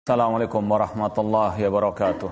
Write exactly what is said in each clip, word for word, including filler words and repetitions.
Assalamualaikum warahmatullahi wabarakatuh.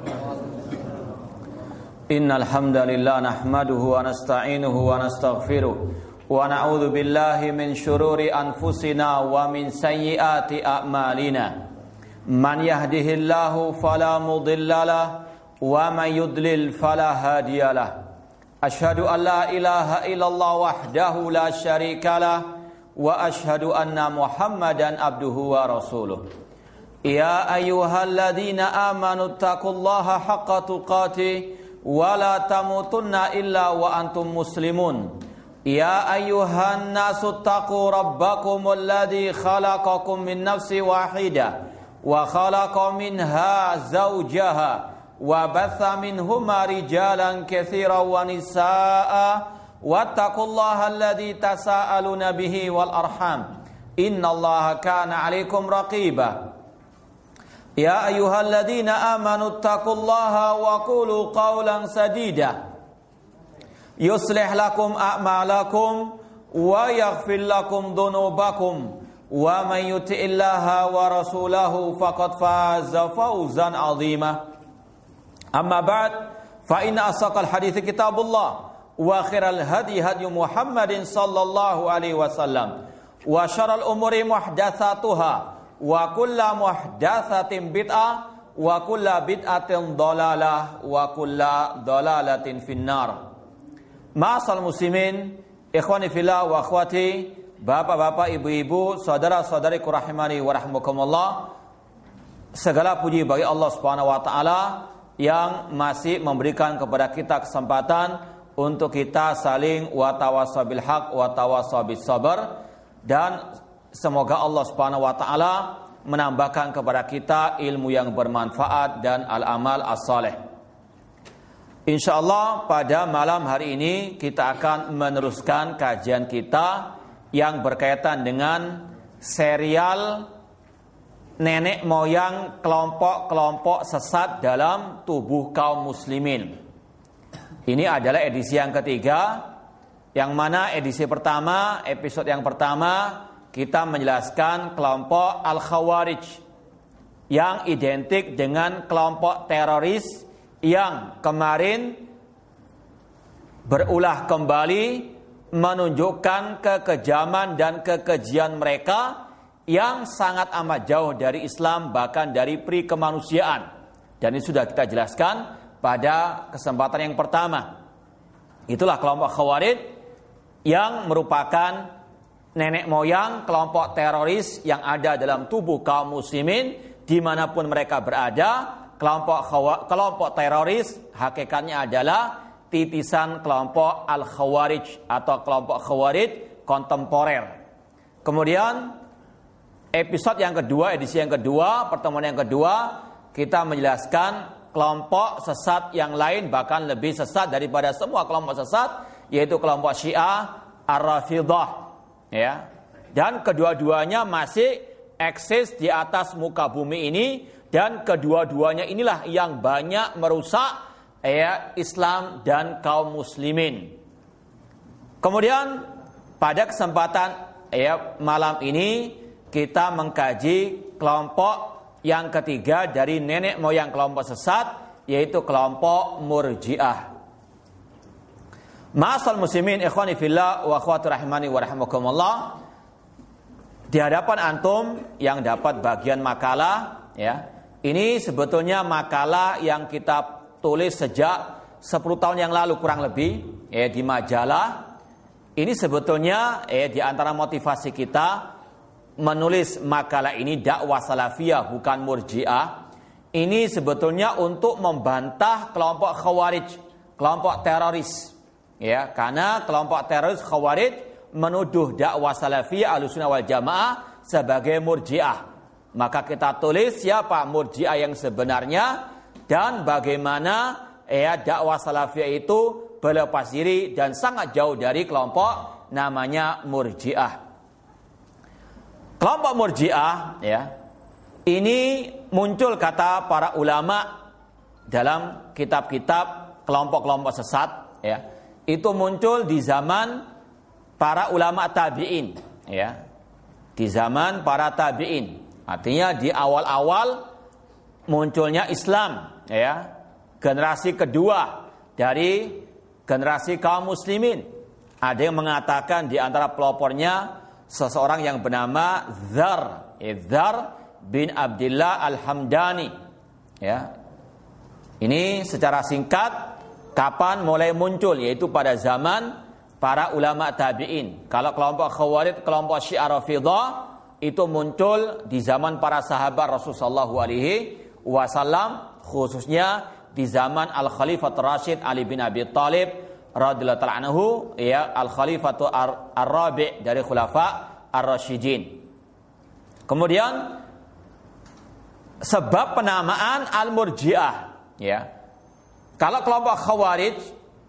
Innal hamdalillah nahmaduhu wa nasta'inuhu wa nastaghfiruh wa na'udzu billahi min shururi anfusina wa min sayyiati a'malina. Man yahdihillahu fala mudhillalah wa man yudlil fala hadiyalah. Asyhadu an la ilaha illallah wahdahu la syarikalah wa asyhadu anna Muhammadan abduhu wa rasuluh. Ya ayyuhalladzina amanu taqullaha haqqa tuqatih wa la tamutunna illa wa antum muslimun. Ya ayyuhan nasu taqu rabbakumul ladzi khalaqakum min nafsin wahidah wa khalaqa minha zawjaha wa batha minhuma rijalan katsiran wa nisaa'a wattaqullaha alladzi tasaaluna bihi wal arham innallaha kana 'alaikum raqiba. Ya ayyuhalladzina amanu taqullaha wa qulu qawlan sadida yuslih lakum a'malakum wa yaghfir lakum dhunubakum wa man yuti'illaha wa rasulahu faqad faza fawzan 'azima. Amma ba'd, fa inna asaqal hadithi kitabullah wa khairal hadi hadi Muhammadin sallallahu alaihi wasallam wa syarrul umuri muhdatsatuha wa kulla muhdatsatin bid'ah wa kulla bid'atin dhalalah wa kulla dhalalatin finnar. Ma'asal muslimin, ikhwani fillah wa akhwati, bapak-bapak, ibu-ibu, saudara-saudariku rahimani wa rahmukumullah. Segala puji bagi Allah Subhanahu wa taala yang masih memberikan kepada kita kesempatan untuk kita saling wa tawassaw bil haq wa tawassaw bis sabr, dan semoga Allah Subhanahu wa taala menambahkan kepada kita ilmu yang bermanfaat dan al-amal as-saleh. Insyaallah pada malam hari ini kita akan meneruskan kajian kita yang berkaitan dengan serial nenek moyang kelompok-kelompok sesat dalam tubuh kaum muslimin. Ini adalah edisi yang ketiga, yang mana edisi pertama, episode yang pertama kita menjelaskan kelompok Al-Khawarij yang identik dengan kelompok teroris yang kemarin berulah kembali menunjukkan kekejaman dan kekejian mereka yang sangat amat jauh dari Islam, bahkan dari pri kemanusiaan. Dan ini sudah kita jelaskan pada kesempatan yang pertama. Itulah kelompok Khawarij yang merupakan nenek moyang kelompok teroris yang ada dalam tubuh kaum muslimin dimanapun mereka berada. Kelompok kelompok teroris hakikatnya adalah titisan kelompok Al-Khawarij atau kelompok Khawarij kontemporer. Kemudian episode yang kedua, edisi yang kedua, pertemuan yang kedua, kita menjelaskan kelompok sesat yang lain, bahkan lebih sesat daripada semua kelompok sesat, yaitu kelompok Syiah Ar-Rafidhah. Ya, dan kedua-duanya masih eksis di atas muka bumi ini, dan kedua-duanya inilah yang banyak merusak ya Islam dan kaum muslimin. Kemudian pada kesempatan ya malam ini kita mengkaji kelompok yang ketiga dari nenek moyang kelompok sesat, yaitu kelompok Murji'ah. Ma'asal muslimin, ikhwani fillah wa akhwati rahimani wa rahimakumullah. Di hadapan antum yang dapat bagian makalah ya. Ini sebetulnya makalah yang kita tulis sejak sepuluh tahun yang lalu kurang lebih ya di majalah. Ini sebetulnya eh di antara motivasi kita menulis makalah ini, dakwah salafiyah bukan Murji'ah. Ini sebetulnya untuk membantah kelompok Khawarij, kelompok teroris. Ya, karena kelompok teroris Khawarij menuduh dakwah salafiyah Ahlussunnah wal Jamaah sebagai Murji'ah. Maka kita tulis siapa Murji'ah yang sebenarnya dan bagaimana ya dakwah salafiyah itu berlepas diri dan sangat jauh dari kelompok namanya Murji'ah. Kelompok Murji'ah ya, ini muncul kata para ulama dalam kitab-kitab kelompok-kelompok sesat ya. Itu muncul di zaman para ulama tabi'in ya. Di zaman para tabi'in. Artinya di awal-awal munculnya Islam, ya. Generasi kedua dari generasi kaum muslimin. Ada yang mengatakan di antara pelopornya seseorang yang bernama Dzar, Dzar bin Abdullah Al-Hamdani. Ya. Ini secara singkat kapan mulai muncul, yaitu pada zaman para ulama tabi'in. Kalau kelompok Khawarij, kelompok Syiah Rafidhah itu muncul di zaman para sahabat Rasulullah sallallahu alaihi wasallam, khususnya di zaman Al-Khalifatul Rasyid Ali bin Abi Thalib radhiyallahu ta'ala anhu, ya, Al-Khalifatul Ar-Rabi' dari Khulafa Ar-Rasyidin. Kemudian sebab penamaan Al-Murji'ah, ya. Kalau kelompok Khawarij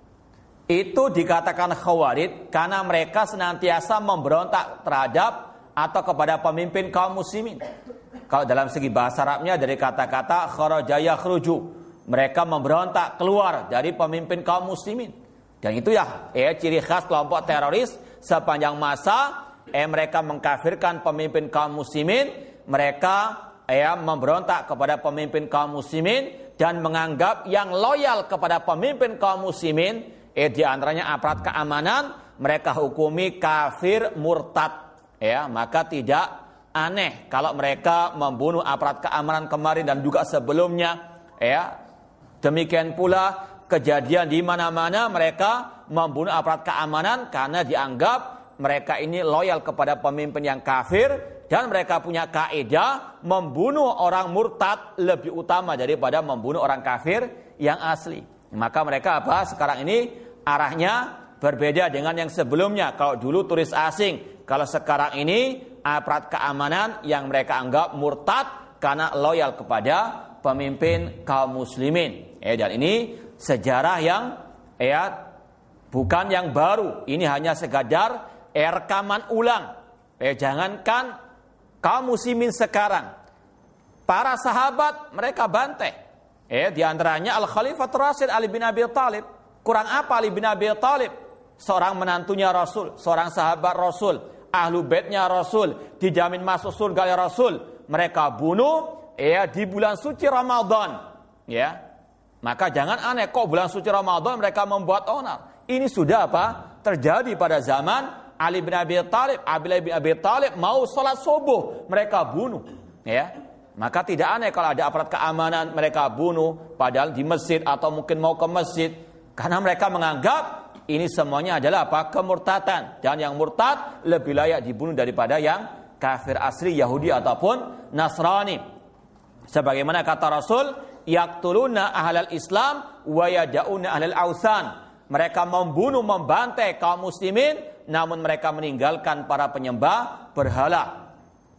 itu dikatakan Khawarij karena mereka senantiasa memberontak terhadap atau kepada pemimpin kaum muslimin. Kalau dalam segi bahasa Arabnya dari kata-kata kharaja yakhruju, mereka memberontak keluar dari pemimpin kaum muslimin. Dan itu ya, ya ciri khas kelompok teroris sepanjang masa, eh mereka mengkafirkan pemimpin kaum muslimin, mereka ya memberontak kepada pemimpin kaum muslimin dan menganggap yang loyal kepada pemimpin kaum muslimin, eh di antaranya aparat keamanan, mereka hukumi kafir murtad. Ya, maka tidak aneh kalau mereka membunuh aparat keamanan kemarin dan juga sebelumnya. Ya, demikian pula kejadian di mana-mana mereka membunuh aparat keamanan karena dianggap mereka ini loyal kepada pemimpin yang kafir dan mereka punya kaidah membunuh orang murtad lebih utama daripada membunuh orang kafir yang asli. Maka mereka apa? Sekarang ini arahnya berbeda dengan yang sebelumnya. Kalau dulu turis asing, kalau sekarang ini aparat keamanan yang mereka anggap murtad karena loyal kepada pemimpin kaum muslimin. Eh, dan ini sejarah yang ya bukan yang baru. Ini hanya sekadar eh, rekaman ulang. Eh, jangankan kaum muslimin sekarang, para sahabat mereka bantai. Eh, di antaranya Al-Khalifatul Rasyid Ali bin Abi Thalib. Kurang apa Ali bin Abi Thalib? Seorang menantunya Rasul, seorang sahabat Rasul, ahlu baitnya Rasul, dijamin masuk surga oleh Rasul. Mereka bunuh ya di bulan suci Ramadan. Ya. Maka jangan aneh kok bulan suci Ramadan mereka membuat onar. Ini sudah apa? Terjadi pada zaman Ali bin Abi Thalib. Ali bin Abi Thalib mau sholat subuh, mereka bunuh. Ya. Maka tidak aneh kalau ada aparat keamanan mereka bunuh padahal di masjid atau mungkin mau ke masjid, karena mereka menganggap ini semuanya adalah apa? Kemurtatan. Dan yang murtad lebih layak dibunuh daripada yang kafir asli Yahudi ataupun Nasrani. Sebagaimana kata Rasul, yaqtuluna ahlal Islam wa yada'una ahlal authan. Mereka membunuh, membantai kaum muslimin, namun mereka meninggalkan para penyembah berhala.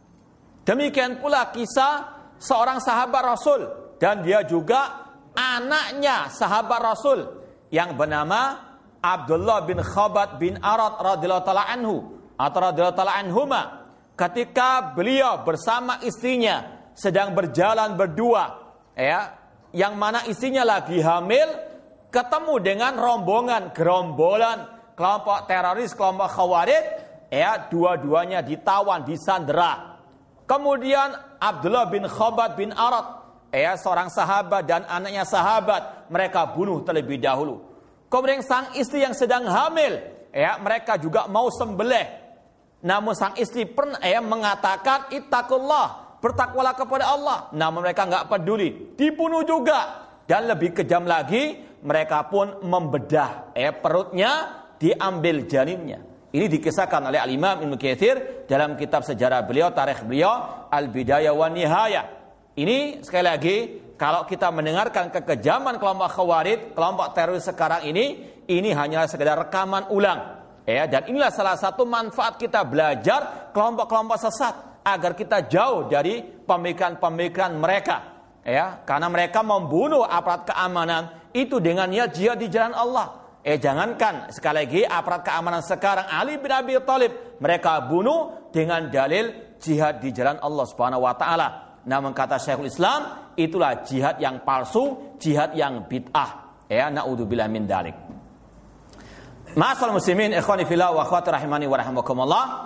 Demikian pula kisah seorang sahabat Rasul dan dia juga anaknya sahabat Rasul yang bernama Abdullah bin Khabat bin Arad radhiyallahu ta'ala anhu atau radhiyallahu ta'ala anhuma. Ketika beliau bersama istrinya sedang berjalan berdua, ya, yang mana istrinya lagi hamil, ketemu dengan rombongan gerombolan kelompok teroris, kelompok Khawarij, ya, dua-duanya ditawan, disandera. Kemudian Abdullah bin Khabat bin Arad, ya, seorang sahabat dan anaknya sahabat, mereka bunuh terlebih dahulu. Kemudian sang istri yang sedang hamil, ya, mereka juga mau sembelih. Namun sang istri pernah ya, mengatakan ittaqullah, bertakwalah kepada Allah. Namun mereka enggak peduli, dibunuh juga. Dan lebih kejam lagi, mereka pun membedah ya, perutnya, diambil janinnya. Ini dikisahkan oleh Al-Imam Ibnu Katsir dalam kitab sejarah beliau, tarikh beliau, Al-Bidayah wan Nihayah. Ini sekali lagi, kalau kita mendengarkan kekejaman kelompok Khawarij, kelompok teroris sekarang ini, ini hanyalah sekedar rekaman ulang. Ya, dan inilah salah satu manfaat kita belajar kelompok-kelompok sesat agar kita jauh dari pemikiran-pemikiran mereka. Ya, karena mereka membunuh aparat keamanan itu dengan niat jihad di jalan Allah. Eh jangankan sekali lagi aparat keamanan sekarang Ali bin Abi Thalib mereka bunuh dengan dalil jihad di jalan Allah Subhanahu wa taala. Namun kata Syekhul Islam, itulah jihad yang palsu, jihad yang bid'ah. Ya, naudzubillah min dzalik. Ma'asal muslimin, ikhwani fillah wa akhwati rahimani wa rahimakumullah.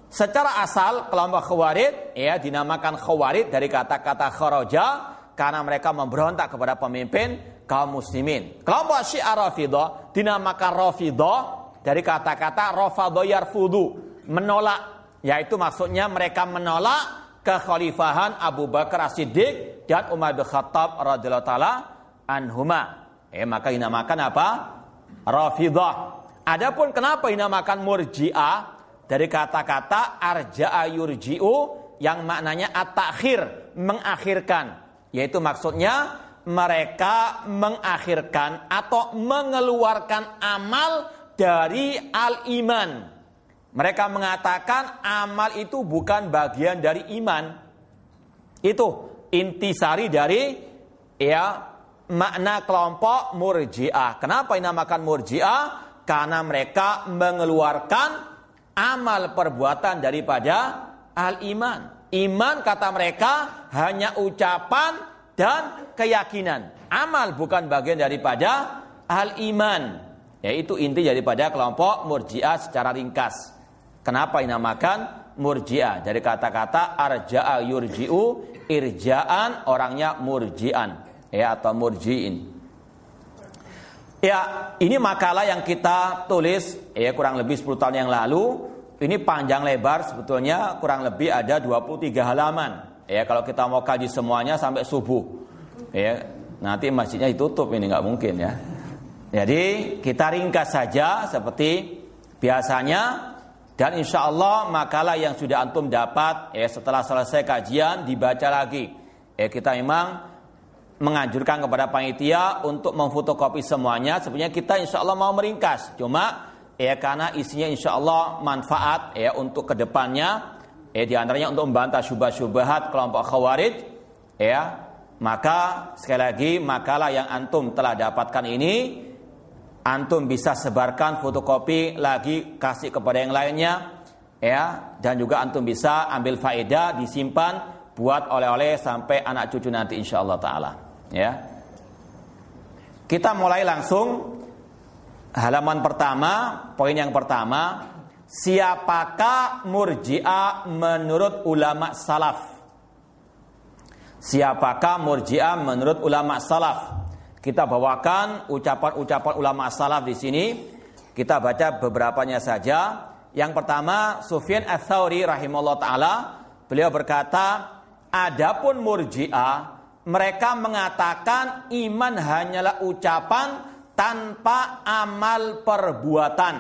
Secara asal kelompok Khawarij ya dinamakan Khawarij dari kata-kata kharaja karena mereka memberontak kepada pemimpin kaum muslimin. Kelompok Syiah Rafidhah dinamakan Rafidhah dari kata-kata rafadha yarfudu, menolak, yaitu maksudnya mereka menolak kekhalifahan Abu Bakar As-Siddiq dan Umar bin Khattab radhiyallahu taala anhuma. Eh maka dinamakan apa? Rafidhah. Adapun kenapa dinamakan Murji'ah? Dari kata-kata arja'a yurji'u yang maknanya at-takhir, mengakhirkan. Yaitu maksudnya mereka mengakhirkan atau mengeluarkan amal dari al-iman. Mereka mengatakan amal itu bukan bagian dari iman. Itu intisari dari ya makna kelompok Murji'ah. Kenapa dinamakan Murji'ah? Karena mereka mengeluarkan amal perbuatan daripada al-iman. Iman kata mereka hanya ucapan dan keyakinan. Amal bukan bagian daripada al-iman. Yaitu inti daripada kelompok Murji'ah secara ringkas. Kenapa dinamakan Murji'ah? Dari kata-kata arja'a yurji'u, irja'an orangnya murji'an ya atau murji'in. Ya, ini makalah yang kita tulis ya kurang lebih sepuluh tahun yang lalu. Ini panjang lebar sebetulnya kurang lebih ada dua puluh tiga halaman. Ya, kalau kita mau kaji semuanya sampai subuh. Ya, nanti masjidnya ditutup, ini nggak mungkin ya. Jadi kita ringkas saja seperti biasanya. Dan insya Allah makalah yang sudah antum dapat ya setelah selesai kajian dibaca lagi. Ya, kita memang menganjurkan kepada panitia untuk memfotokopi semuanya. Sebenarnya kita insya Allah mau meringkas, cuma ya karena isinya insya Allah manfaat ya untuk kedepannya, ya diantaranya untuk membantah syubhat-syubhat kelompok Khawarij, ya maka sekali lagi makalah yang antum telah dapatkan ini antum bisa sebarkan fotokopi lagi kasih kepada yang lainnya, ya dan juga antum bisa ambil faedah disimpan buat oleh-oleh sampai anak cucu nanti insya Allah taala. Ya, kita mulai langsung halaman pertama, poin yang pertama, siapakah Murji'ah menurut ulama salaf? Siapakah Murji'ah menurut ulama salaf? Kita bawakan ucapan-ucapan ulama salaf di sini. Kita baca beberapanya saja. Yang pertama, Sufyan Ats-Tsauri rahimahullah taala, beliau berkata, adapun Murji'ah mereka mengatakan iman hanyalah ucapan tanpa amal perbuatan.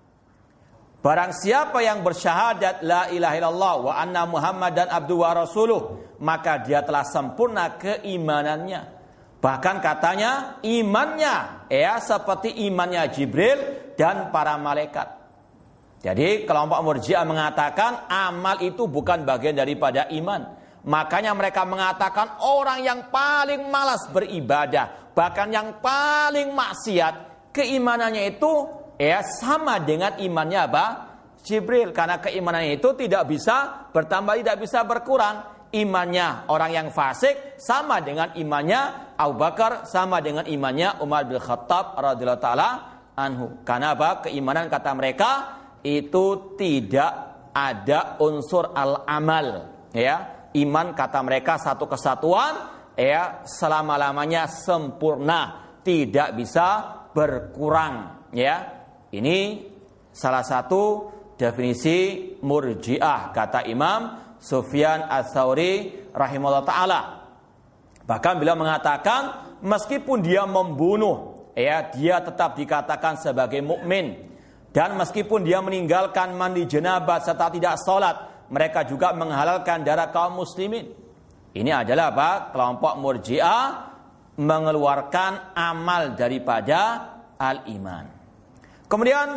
Barang siapa yang bersyahadat la ilaha illallah wa anna muhammadan abduhu wa rasuluh, maka dia telah sempurna keimanannya. Bahkan katanya imannya ya seperti imannya Jibril dan para malaikat. Jadi kelompok Murji'ah mengatakan amal itu bukan bagian daripada iman. Makanya mereka mengatakan orang yang paling malas beribadah, bahkan yang paling maksiat, keimanannya itu ya sama dengan imannya apa? Jibril. Karena keimanannya itu tidak bisa bertambah, tidak bisa berkurang. Imannya orang yang fasik sama dengan imannya Abu Bakar, sama dengan imannya Umar bin Khattab radhiyallahu taala anhu. Karena apa? Keimanan kata mereka itu tidak ada unsur al-amal, ya. Iman kata mereka satu kesatuan, ya selama-lamanya sempurna, tidak bisa berkurang, ya. Ini salah satu definisi Murji'ah kata Imam Sufyan Ats-Tsauri rahimahullah taala. Bahkan beliau mengatakan meskipun dia membunuh, ya dia tetap dikatakan sebagai mukmin. Dan meskipun dia meninggalkan mandi janabah serta tidak salat, mereka juga menghalalkan darah kaum muslimin. Ini adalah apa? Kelompok Murji'ah mengeluarkan amal daripada al-iman. Kemudian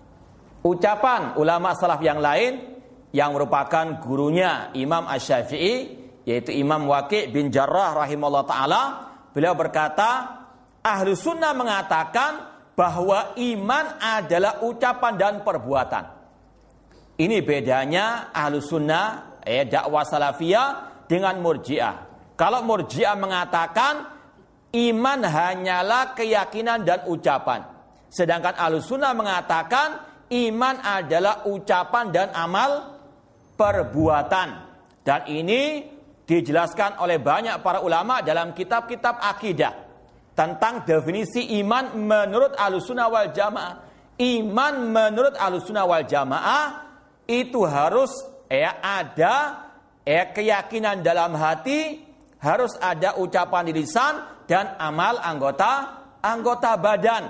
ucapan ulama salaf yang lain yang merupakan gurunya Imam Asy-Syafi'i, yaitu Imam Waqi' bin Jarrah rahimahullah ta'ala. Beliau berkata, Ahlu Sunnah mengatakan bahwa iman adalah ucapan dan perbuatan. Ini bedanya Ahlu Sunnah, eh, dakwah salafiyah dengan Murji'ah. Kalau Murji'ah mengatakan iman hanyalah keyakinan dan ucapan, sedangkan Ahlu Sunnah mengatakan iman adalah ucapan dan amal perbuatan. Dan ini dijelaskan oleh banyak para ulama dalam kitab-kitab akidah tentang definisi iman menurut Ahlussunnah wal Jamaah. Iman menurut Ahlussunnah wal Jamaah itu harus ya ada ya keyakinan dalam hati, harus ada ucapan di lisan dan amal anggota anggota badan.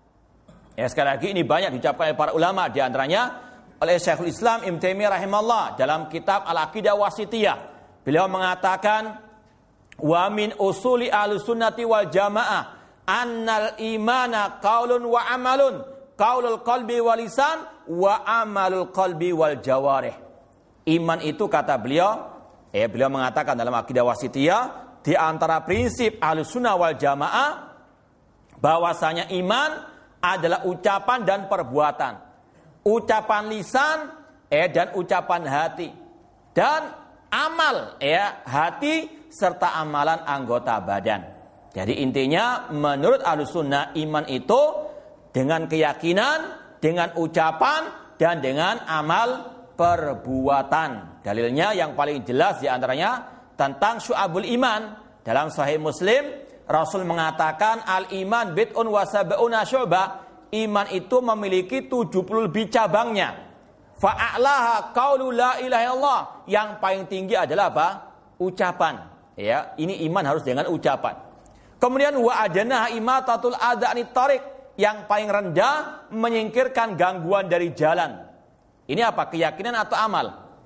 Ya sekali lagi ini banyak diucapkan oleh para ulama, di antaranya oleh Syekhul Islam Ibnu Taimiyah rahimahullah dalam kitab Al-Aqidah Wasithiyah. Beliau mengatakan wa min usuli Ahlussunnati wal Jamaah annal imana qaulun wa amalun, qaulul qalbi wal lisan wa amalul qalbi wal jawarih. Iman itu kata beliau, eh beliau mengatakan dalam Aqidah Wasithiyah, di antara prinsip Ahlussunnah wal Jamaah bahwasanya iman adalah ucapan dan perbuatan, ucapan lisan eh dan ucapan hati, dan amal ya hati serta amalan anggota badan. Jadi intinya menurut Ahlussunnah iman itu dengan keyakinan, dengan ucapan dan dengan amal perbuatan. Dalilnya yang paling jelas diantaranya tentang syu'abul iman. Dalam Sahih Muslim Rasul mengatakan al-iman bid'un wa sab'una syu'bah. Iman itu memiliki tujuh puluh lebih cabangnya. Fa'a'laha qaulu la ilaha illallah. Yang paling tinggi adalah apa? Ucapan. Ya, ini iman harus dengan ucapan. Kemudian wa adnaha imatatul adza anit thariq. Yang paling rendah menyingkirkan gangguan dari jalan. Ini apa? Keyakinan atau amal?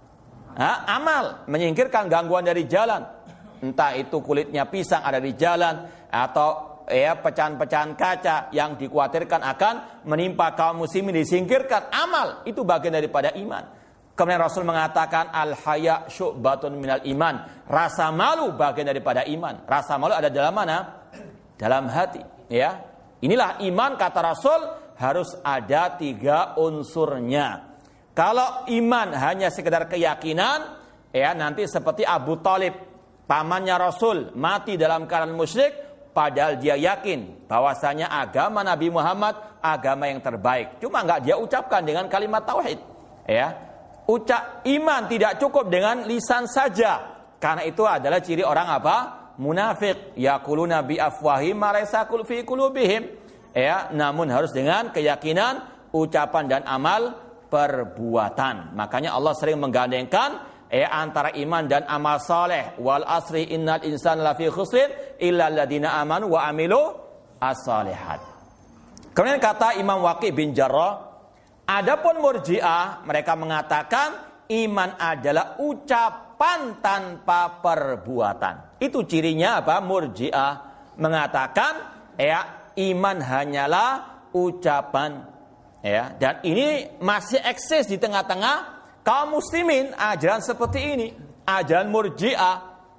Ha? Amal, menyingkirkan gangguan dari jalan. Entah itu kulitnya pisang ada di jalan, atau ya pecahan-pecahan kaca yang dikhawatirkan akan menimpa kaum muslimin disingkirkan. Amal, itu bagian daripada iman. Kemudian Rasul mengatakan al-haya syu'batun minal iman. Rasa malu bagian daripada iman. Rasa malu ada dalam mana? Dalam hati. Ya, inilah iman kata Rasul harus ada tiga unsurnya. Kalau iman hanya sekedar keyakinan, ya nanti seperti Abu Thalib, pamannya Rasul, mati dalam keadaan musyrik, padahal dia yakin bahwasanya agama Nabi Muhammad agama yang terbaik. Cuma enggak dia ucapkan dengan kalimat tauhid. Ya, ucap iman tidak cukup dengan lisan saja, karena itu adalah ciri orang apa? Munafik. Yaquluna bi afwahihim ma laysa fi qulubihim. Ya, namun harus dengan keyakinan, ucapan dan amal perbuatan. Makanya Allah sering menggandengkan eh, antara iman dan amal saleh. Wal asri innal insana lafi khusrin illa alladziina amanu wa amilu as-shalihat. Kemudian kata Imam Waqi' bin Jarrah, adapun Murji'ah mereka mengatakan iman adalah ucapan tanpa perbuatan. Itu cirinya apa? Murji'ah mengatakan ya iman hanyalah ucapan. Ya, dan ini masih eksis di tengah-tengah kaum muslimin ajaran seperti ini, ajaran Murji'ah.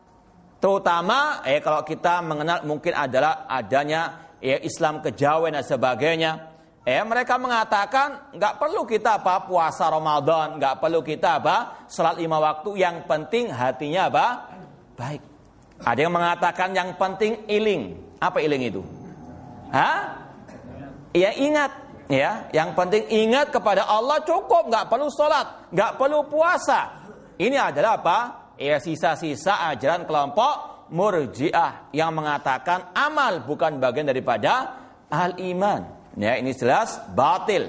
Terutama eh kalau kita mengenal mungkin adalah adanya ya Islam kejawen dan sebagainya. Eh mereka mengatakan enggak perlu kita apa puasa Ramadan, enggak perlu kita apa salat lima waktu, yang penting hatinya apa? Baik. Ada yang mengatakan yang penting iling. Apa iling itu? Hah? Ya ingat. Ya, yang penting ingat kepada Allah cukup, nggak perlu sholat, nggak perlu puasa. Ini adalah apa? Ya sisa-sisa ajaran kelompok Murji'ah yang mengatakan amal bukan bagian daripada al-iman. Ya, ini jelas batil.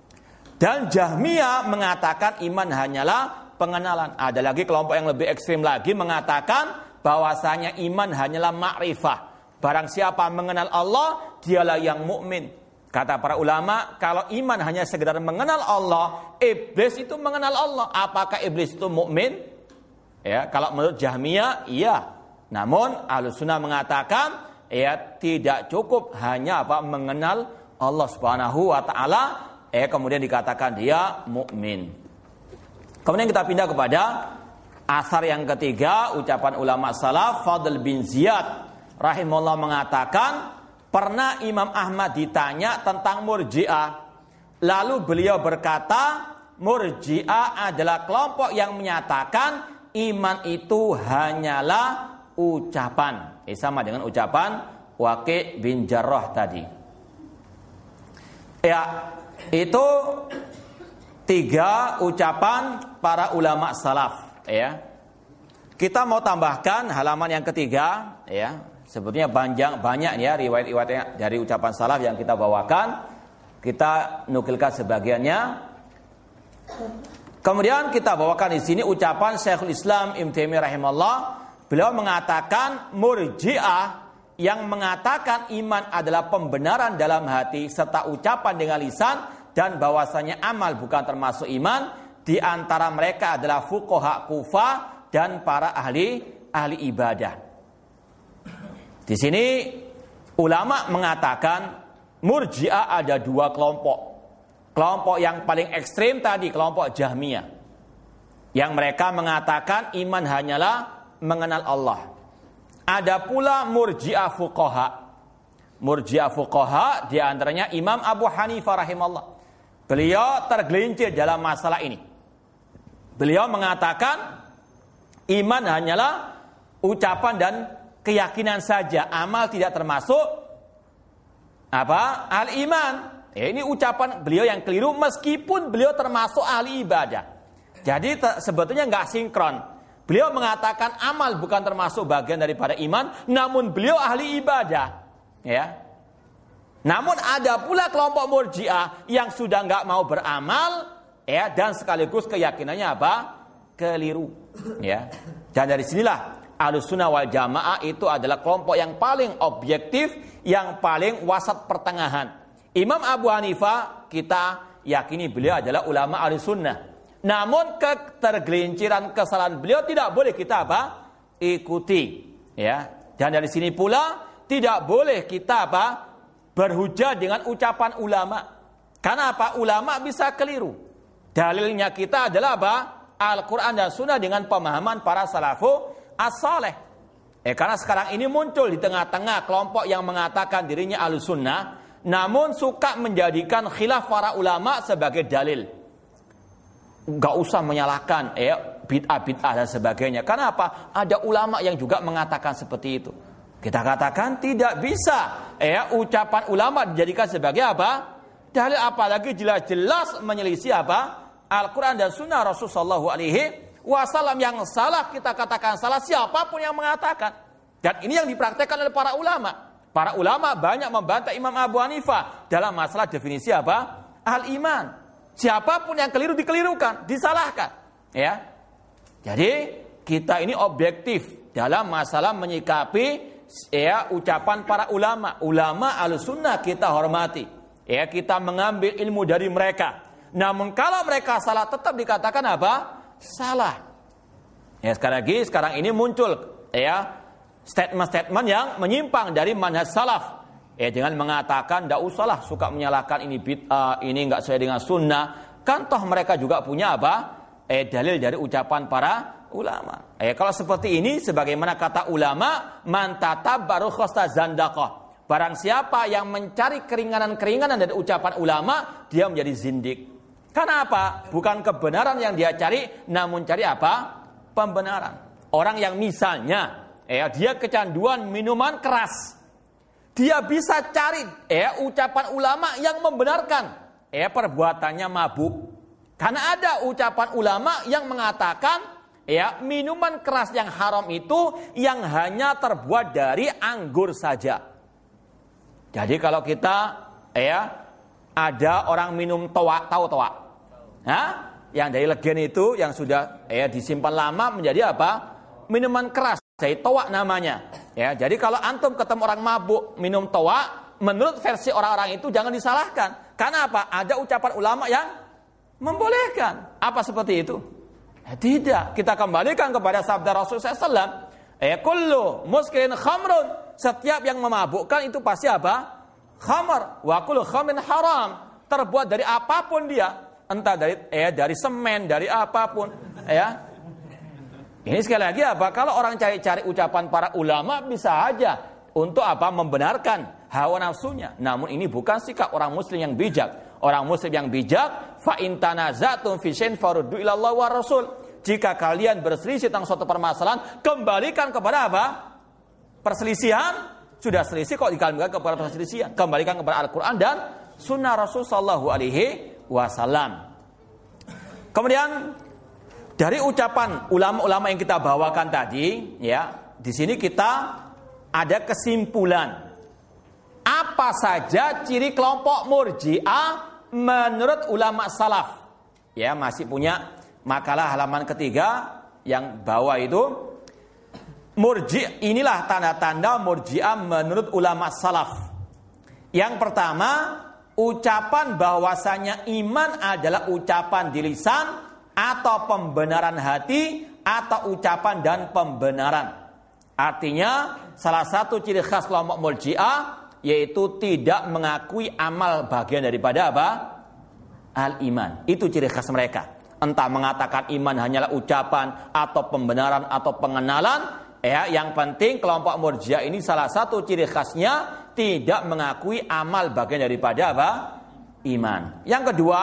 Dan Jahmiyah mengatakan iman hanyalah pengenalan. Ada lagi kelompok yang lebih ekstrim lagi mengatakan bahwasanya iman hanyalah ma'rifah. Barang siapa mengenal Allah, dialah yang mukmin. Kata para ulama, kalau iman hanya sekedar mengenal Allah, iblis itu mengenal Allah. Apakah iblis itu mukmin? Ya, kalau menurut Jahmiyah, iya. Namun Ahlussunnah mengatakan, ya tidak cukup hanya apa mengenal Allah Subhanahu wa taala, eh kemudian dikatakan dia mukmin. Kemudian kita pindah kepada asar yang ketiga, ucapan ulama salaf, Fadl bin Ziyad rahimahullah mengatakan, pernah Imam Ahmad ditanya tentang Murji'ah. Lalu beliau berkata, Murji'ah adalah kelompok yang menyatakan iman itu hanyalah ucapan. Eh, sama dengan ucapan Waqi' bin Jarrah tadi. Ya, itu tiga ucapan para ulama salaf, ya. Kita mau tambahkan halaman yang ketiga, ya. Sebetulnya banyak banyak ya riwayat-riwayat dari ucapan salaf yang kita bawakan. Kita nukilkan sebagiannya. Kemudian kita bawakan di sini ucapan Syekhul Islam Ibnu Taimiyah rahimahullah. Beliau mengatakan Murji'ah yang mengatakan iman adalah pembenaran dalam hati serta ucapan dengan lisan dan bahwasanya amal bukan termasuk iman, di antara mereka adalah fuqaha Kufah dan para ahli ahli ibadah. Di sini ulama mengatakan Murji'ah ada dua kelompok. Kelompok yang paling ekstrim tadi kelompok Jahmiyah, yang mereka mengatakan iman hanyalah mengenal Allah. Ada pula Murji'ah fuqaha. Murji'ah fuqaha di antaranya Imam Abu Hanifah rahimahullah. Beliau tergelincir dalam masalah ini. Beliau mengatakan iman hanyalah ucapan dan keyakinan saja, amal tidak termasuk apa? Al-iman. Ya, ini ucapan beliau yang keliru meskipun beliau termasuk ahli ibadah. Jadi te- sebetulnya nggak sinkron. Beliau mengatakan amal bukan termasuk bagian daripada iman, namun beliau ahli ibadah. Ya. Namun ada pula kelompok Murji'ah yang sudah nggak mau beramal, ya, dan sekaligus keyakinannya apa? Keliru. Ya. Dan dari sinilah Ahlussunnah wal Jamaah itu adalah kelompok yang paling objektif, yang paling wasat pertengahan. Imam Abu Hanifah kita yakini beliau adalah ulama Ahlussunnah. Namun ketergelinciran kesalahan beliau tidak boleh kita apa? Ikuti, ya. Dan dari sini pula tidak boleh kita apa? Berhujah dengan ucapan ulama. Karena apa? Ulama bisa keliru. Dalilnya kita adalah apa? Al-Quran dan Sunnah dengan pemahaman para salafu as-saleh. Eh, karena sekarang ini muncul di tengah-tengah kelompok yang mengatakan dirinya Ahlussunnah, namun suka menjadikan khilaf para ulama sebagai dalil. Gak usah menyalahkan eh, bid'ah-bid'ah dan sebagainya. Karena apa? Ada ulama yang juga mengatakan seperti itu. Kita katakan tidak bisa eh, ucapan ulama dijadikan sebagai apa? Dalil, apalagi jelas-jelas menyelisih apa? Al-Quran dan Sunnah Rasulullah Shallallahu Alaihi Wasallam. Yang salah kita katakan salah siapapun yang mengatakan. Dan ini yang dipraktekkan oleh para ulama. Para ulama banyak membantah Imam Abu Hanifah dalam masalah definisi apa? Al-iman. Siapapun yang keliru dikelirukan, disalahkan. Ya. Jadi kita ini objektif dalam masalah menyikapi ya ucapan para ulama. Ulama Ahlussunnah kita hormati. Ya, kita mengambil ilmu dari mereka. Namun kalau mereka salah tetap dikatakan apa? Salah. Ya, sekali lagi sekarang ini muncul ya statement-statement yang menyimpang dari manhaj salaf. Eh dengan mengatakan tidak usahlah suka menyalahkan ini bid'ah, ini enggak sesuai dengan sunnah. Kan toh mereka juga punya apa? Eh dalil dari ucapan para ulama. Eh kalau seperti ini sebagaimana kata ulama, man tatabbaru khasta zandaqah. Barang siapa yang mencari keringanan-keringanan dari ucapan ulama, dia menjadi zindik. Karena apa? Bukan kebenaran yang dia cari, namun cari apa? Pembenaran. Orang yang misalnya ya, dia kecanduan minuman keras. Dia bisa cari ya, ucapan ulama yang membenarkan ya, perbuatannya mabuk. Karena ada ucapan ulama yang mengatakan ya, minuman keras yang haram itu yang hanya terbuat dari anggur saja. Jadi kalau kita ya, ada orang minum toa, tahu toa? Hah? Yang dari legen itu yang sudah ya, disimpan lama menjadi apa? Minuman keras. Jadi toa namanya. Ya, jadi kalau antum ketemu orang mabuk minum toa, menurut versi orang-orang itu jangan disalahkan. Karena apa? Ada ucapan ulama yang membolehkan. Apa seperti itu? Ya, tidak. Kita kembalikan kepada sabda Rasulullah shallallahu alaihi wasallam. Ya kullu muskirin khamrun. Setiap yang memabukkan itu pasti apa? Khamar. Wa kullu khamrin haram. Terbuat dari apapun dia. Entah dari eh, dari semen, dari apapun. Ya. Ini sekali lagi apa? Kalau orang cari-cari ucapan para ulama bisa aja untuk apa? Membenarkan hawa nafsunya. Namun ini bukan sikap orang muslim yang bijak. Orang muslim yang bijak, fa in tanazatum fi syai'in faruddu ila Allah wa Rasul. Jika kalian berselisih tentang suatu permasalahan, kembalikan kepada apa? Perselisihan. Sudah selisih kok dikembalikan kepada perselisihan. Kembalikan kepada Al-Qur'an dan Sunnah Rasul sallallahu alaihi wasallam. Kemudian dari ucapan ulama-ulama yang kita bawakan tadi, ya, di sini kita ada kesimpulan. Apa saja ciri kelompok Murji'ah menurut ulama salaf? Ya, masih punya makalah halaman ketiga yang bawah itu. Murji' inilah tanda-tanda Murji'ah menurut ulama salaf. Yang pertama, ucapan bahwasanya iman adalah ucapan di lisan atau pembenaran hati atau ucapan dan pembenaran. Artinya salah satu ciri khas kelompok Murji'ah yaitu tidak mengakui amal bagian daripada apa? Al-iman. Itu ciri khas mereka. Entah mengatakan iman hanyalah ucapan atau pembenaran atau pengenalan, ya, yang penting kelompok Murji'ah ini salah satu ciri khasnya tidak mengakui amal bagian daripada apa? Iman. Yang kedua,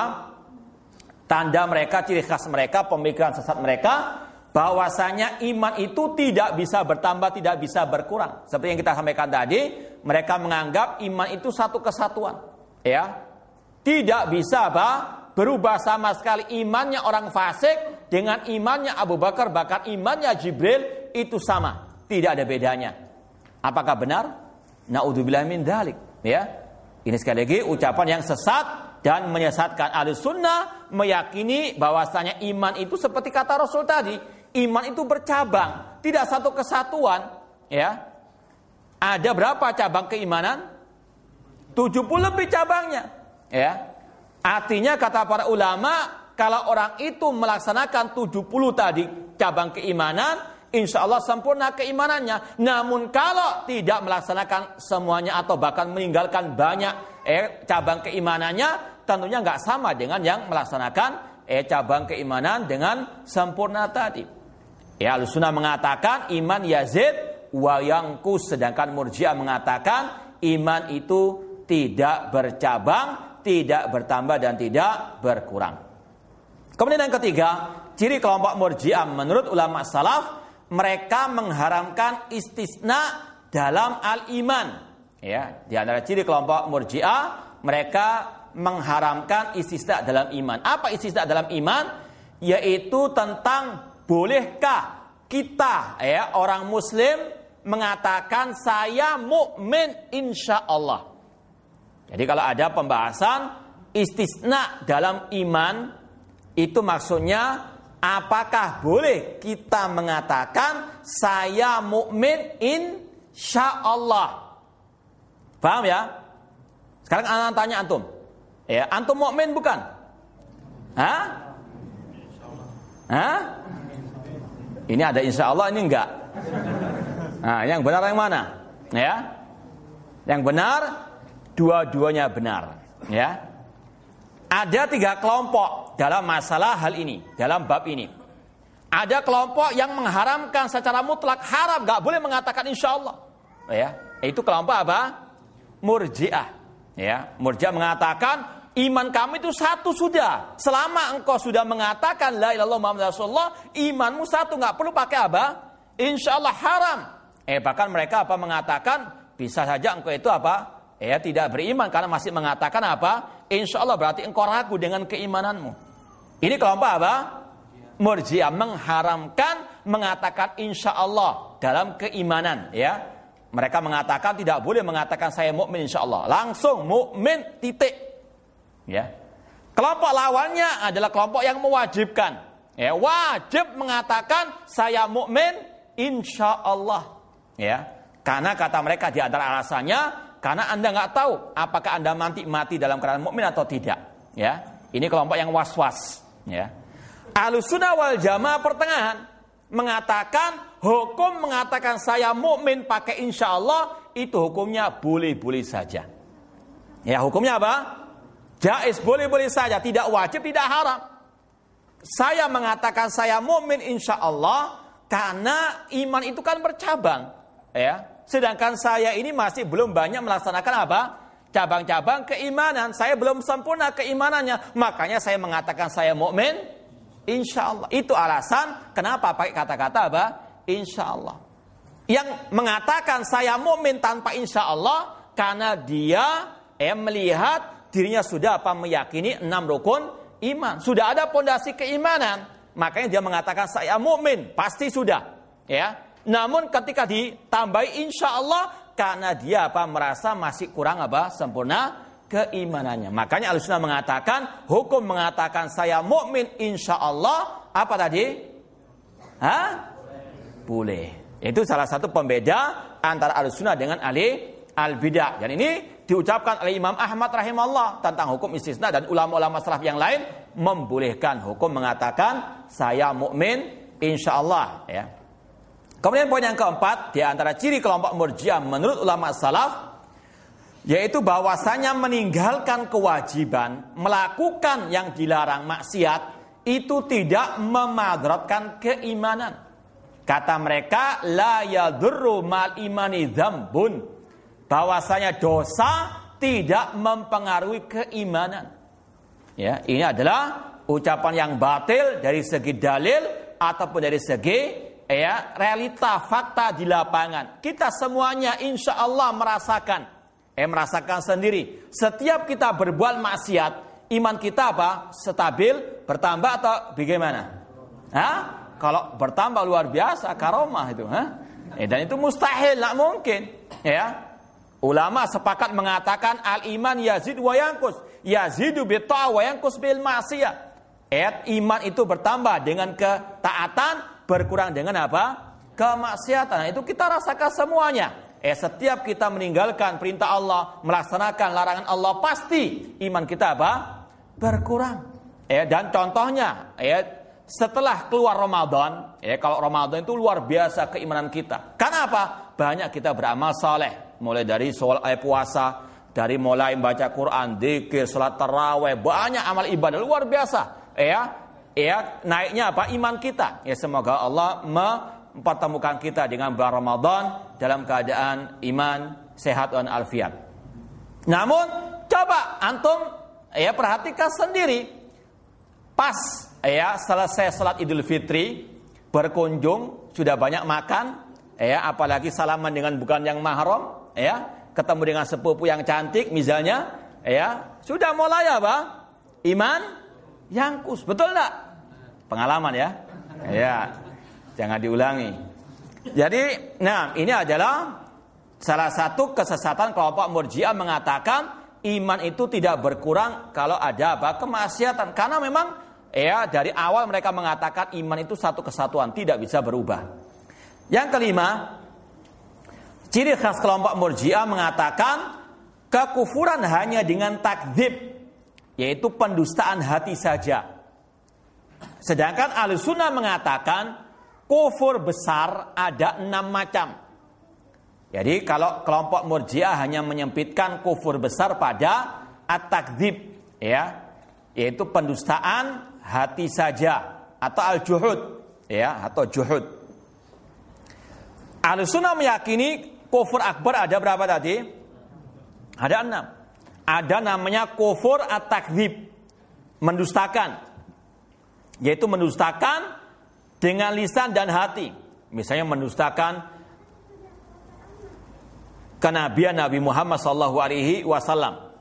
tanda mereka, ciri khas mereka, pemikiran sesat mereka, bahwasanya iman itu tidak bisa bertambah, tidak bisa berkurang. Seperti yang kita sampaikan tadi, mereka menganggap iman itu satu kesatuan, ya. Tidak bisa apa? Berubah sama sekali. Imannya orang fasik dengan imannya Abu Bakar, bahkan imannya Jibril itu sama, tidak ada bedanya. Apakah benar? Na'udzubillah min dzalik, ya. Ini sekali lagi ucapan yang sesat dan menyesatkan. Ahlussunnah meyakini bahwasanya iman itu seperti kata Rasul tadi, iman itu bercabang, tidak satu kesatuan, ya. Ada berapa cabang keimanan? tujuh puluh lebih cabangnya, ya. Artinya kata para ulama, kalau orang itu melaksanakan tujuh puluh tadi cabang keimanan, insya Allah sempurna keimanannya. Namun kalau tidak melaksanakan semuanya atau bahkan meninggalkan banyak eh, cabang keimanannya, tentunya nggak sama dengan yang melaksanakan eh, cabang keimanan dengan sempurna tadi. Ya, Ahlussunnah mengatakan iman yazid wa yanqus, sedangkan Murji'ah mengatakan iman itu tidak bercabang, tidak bertambah dan tidak berkurang. Kemudian yang ketiga, ciri kelompok Murji'ah menurut ulama salaf, mereka mengharamkan istisna dalam al-iman. Ya, di antara ciri kelompok Murji'ah, mereka mengharamkan istisna dalam iman. Apa istisna dalam iman? Yaitu tentang bolehkah kita, ya, orang muslim mengatakan saya mukmin insya Allah. Jadi kalau ada pembahasan istisna dalam iman, itu maksudnya apakah boleh kita mengatakan saya mukmin insya Allah? Paham ya? Sekarang anak tanya antum, ya, antum mukmin bukan? Hah? Hah? Ini ada insya Allah, ini enggak. Nah, yang benar yang mana? Ya, yang benar dua-duanya benar. Ya, ada tiga kelompok dalam masalah hal ini, dalam bab ini. Ada kelompok yang mengharamkan secara mutlak, haram, nggak boleh mengatakan insya Allah. Ya, itu kelompok apa? Murji'ah. Ya, Murji'ah mengatakan iman kami itu satu sudah. Selama engkau sudah mengatakan la ilaha illallah Muhammad Rasulullah, imanmu satu, nggak perlu pakai apa? Insya Allah haram. Eh bahkan mereka apa mengatakan bisa saja engkau itu apa? Ya tidak beriman karena masih mengatakan apa? Insya Allah, berarti engkau ragu dengan keimananmu. Ini kelompok apa? Murji'ah mengharamkan mengatakan insya Allah dalam keimanan. Ya, mereka mengatakan tidak boleh mengatakan saya mukmin insya Allah. Langsung mukmin titik. Ya. Kelompok lawannya adalah kelompok yang mewajibkan. Ya, wajib mengatakan saya mukmin insya Allah. Ya, karena kata mereka di antara alasannya, karena Anda nggak tahu apakah Anda mati mati dalam keadaan mukmin atau tidak. Ya, ini kelompok yang was-was. Ya, Ahlussunnah wal Jamaah pertengahan mengatakan hukum mengatakan saya mukmin pakai insya Allah itu hukumnya boleh-boleh saja. Ya, hukumnya apa? Jaiz, boleh-boleh saja, tidak wajib, tidak haram. Saya mengatakan saya mukmin insya Allah karena iman itu kan bercabang. Ya, sedangkan saya ini masih belum banyak melaksanakan apa? Cabang-cabang keimanan. Saya belum sempurna keimanannya. Makanya saya mengatakan saya mukmin insya Allah. Itu alasan kenapa pakai kata-kata apa? Insya Allah. Yang mengatakan saya mukmin tanpa insya Allah karena dia eh, melihat dirinya sudah apa meyakini enam rukun iman. Sudah ada pondasi keimanan, makanya dia mengatakan saya mukmin, pasti sudah. Ya. Namun ketika ditambahi insya Allah, karena dia apa merasa masih kurang apa sempurna keimanannya. Makanya Ahlussunnah mengatakan, hukum mengatakan saya mukmin insya Allah, apa tadi? Hah? Boleh. Itu salah satu pembeda antara Ahlussunnah dengan ahli al-bidah. Dan ini diucapkan oleh Imam Ahmad rahimahullah tentang hukum istisna, dan ulama-ulama salaf yang lain membolehkan hukum mengatakan saya mukmin insyaallah, ya. Kemudian poin yang keempat di antara ciri kelompok Murji'ah menurut ulama salaf, yaitu bahwasanya meninggalkan kewajiban, melakukan yang dilarang maksiat itu tidak memadaratkan keimanan. Kata mereka la yadurru mal imani dzambun, bahwasanya dosa tidak mempengaruhi keimanan. Ya, ini adalah ucapan yang batil dari segi dalil ataupun dari segi ya realita fakta di lapangan. Kita semuanya insya Allah merasakan, eh merasakan sendiri. Setiap kita berbuat maksiat, iman kita apa? Stabil, bertambah atau bagaimana? Hah? Kalau bertambah luar biasa, karomah itu, hah? Eh, dan itu mustahil, tidak mungkin, ya. Ulama sepakat mengatakan al-iman yazid wa yanqus, yazidu bi ta'ah wa yanqus bil ma'siyah. Eh, iman itu bertambah dengan ketaatan, berkurang dengan apa? Kemaksiatan. Nah, itu kita rasakan semuanya. Eh, setiap kita meninggalkan perintah Allah, melaksanakan larangan Allah, pasti iman kita apa? Berkurang. Eh, dan contohnya, eh setelah keluar Ramadan, ya kalau Ramadan itu luar biasa keimanan kita. Kenapa? Banyak kita beramal saleh, mulai dari sholat eh, puasa, dari mulai membaca Quran, dzikir, salat tarawih, banyak amal ibadah luar biasa. Ya, ya naiknya apa? Iman kita. Ya semoga Allah mempertemukan kita dengan bulan Ramadan dalam keadaan iman, sehat dan alfiat. Namun coba antum ya perhatikan sendiri. Pas ya selesai salat Idul Fitri, berkunjung, sudah banyak makan, ya apalagi salaman dengan bukan yang mahram, ya ketemu dengan sepupu yang cantik misalnya, ya sudah mulai apa? Iman yangkus, betul enggak? Pengalaman ya, ya jangan diulangi. Jadi, nah ini adalah salah satu kesesatan kelompok Murji'ah mengatakan iman itu tidak berkurang kalau ada apa? Kemaksiatan, karena memang ya dari awal mereka mengatakan iman itu satu kesatuan, tidak bisa berubah. Yang kelima, ciri khas kelompok Murji'ah mengatakan kekufuran hanya dengan takdzib, yaitu pendustaan hati saja. Sedangkan Ahlussunnah mengatakan kufur besar ada enam macam. Jadi kalau kelompok Murji'ah hanya menyempitkan kufur besar pada at-takdzib, ya, yaitu pendustaan hati saja atau al-juhud, ya, atau juhud. Ahlussunnah meyakini kufur akbar ada berapa tadi? Ada enam. Ada namanya kufur at-takdzib, mendustakan, yaitu mendustakan dengan lisan dan hati. Misalnya mendustakan kenabian Nabi Muhammad sallallahu alaihi wasallam.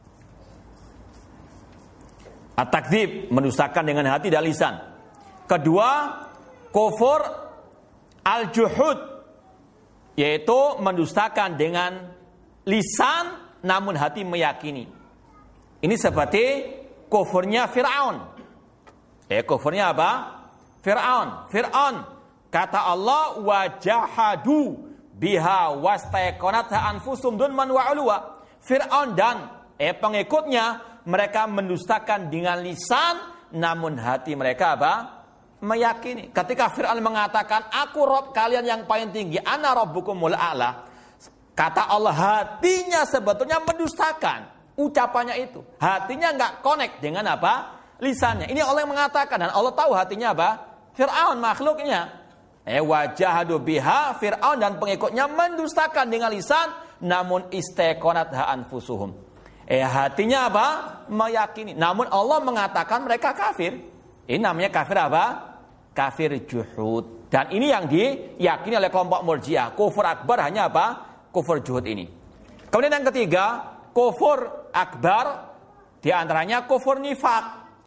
At-takdzib, mendustakan dengan hati dan lisan. Kedua, kufur al-juhud, yaitu mendustakan dengan lisan namun hati meyakini. Ini seperti kufurnya Fir'aun. Eh, kufurnya apa? Fir'aun. Fir'aun, kata Allah, wajahadu biha wastaiqanatha anfusum dunman wa ulwa. Fir'aun dan eh pengikutnya mereka mendustakan dengan lisan, namun hati mereka apa? Meyakini. Ketika Fir'aun mengatakan, aku Rob kalian yang paling tinggi, ana rabbukumul a'la, kata Allah, hatinya sebetulnya mendustakan ucapannya itu. Hatinya nggak connect dengan apa? Lisannya. Ini Allah yang mengatakan, dan Allah tahu hatinya apa? Fir'aun makhluknya. Eh wajahadu biha, Fir'aun dan pengikutnya mendustakan dengan lisan, namun istaiqanatha anfusuhum. Eh hatinya apa? Meyakini. Namun Allah mengatakan mereka kafir. Ini namanya kafir apa? Kafir juhud. Dan ini yang diyakini oleh kelompok Murji'ah. Kufur akbar hanya apa? Kufur juhud ini. Kemudian yang ketiga, kufur akbar di antaranya kufur nifak,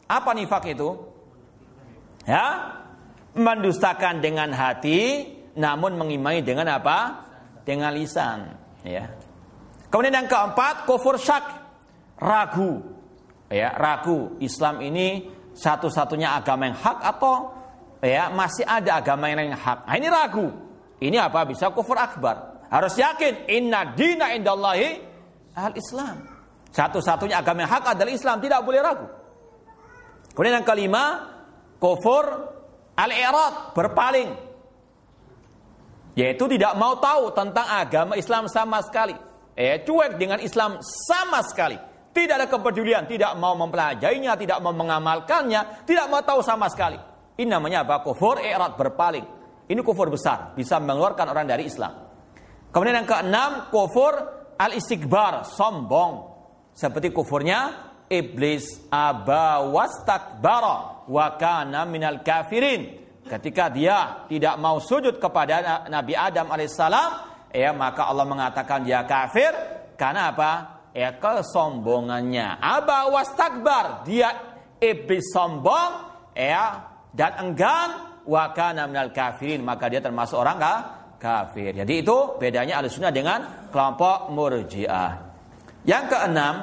Apa nifak itu? Ya, mendustakan dengan hati, namun mengimani dengan apa? Dengan lisan. Ya. Kemudian yang keempat, kufur syak, ragu. Ya, ragu. Islam ini satu-satunya agama yang hak atau ya masih ada agama yang lain yang hak. Nah, ini ragu. Ini apa? Bisa kufur akbar. Harus yakin, inna dina indallahi al-Islam. Satu-satunya agama yang hak adalah Islam, tidak boleh ragu. Kemudian yang kelima, kufur al-i'rad, berpaling. Yaitu tidak mau tahu tentang agama Islam sama sekali. Eh, cuek dengan Islam sama sekali. Tidak ada kepedulian, tidak mau mempelajarinya, tidak mau mengamalkannya, tidak mau tahu sama sekali. Ini namanya apa? Kufur i'rad, berpaling. Ini kufur besar, bisa mengeluarkan orang dari Islam. Kemudian yang keenam, kufur al-istikbar, sombong. Seperti kufurnya iblis, aba wastakbara wa kana minal kafirin. Ketika dia tidak mau sujud kepada Nabi Adam alaihissalam, ya maka Allah mengatakan dia kafir karena apa? Ya kesombongannya. Aba wastakbar, dia iblis sombong, ya dan enggan, wa kana minal kafirin, maka dia termasuk orang kafir. Jadi itu bedanya Ahlussunnah dengan kelompok Murji'ah. Yang keenam,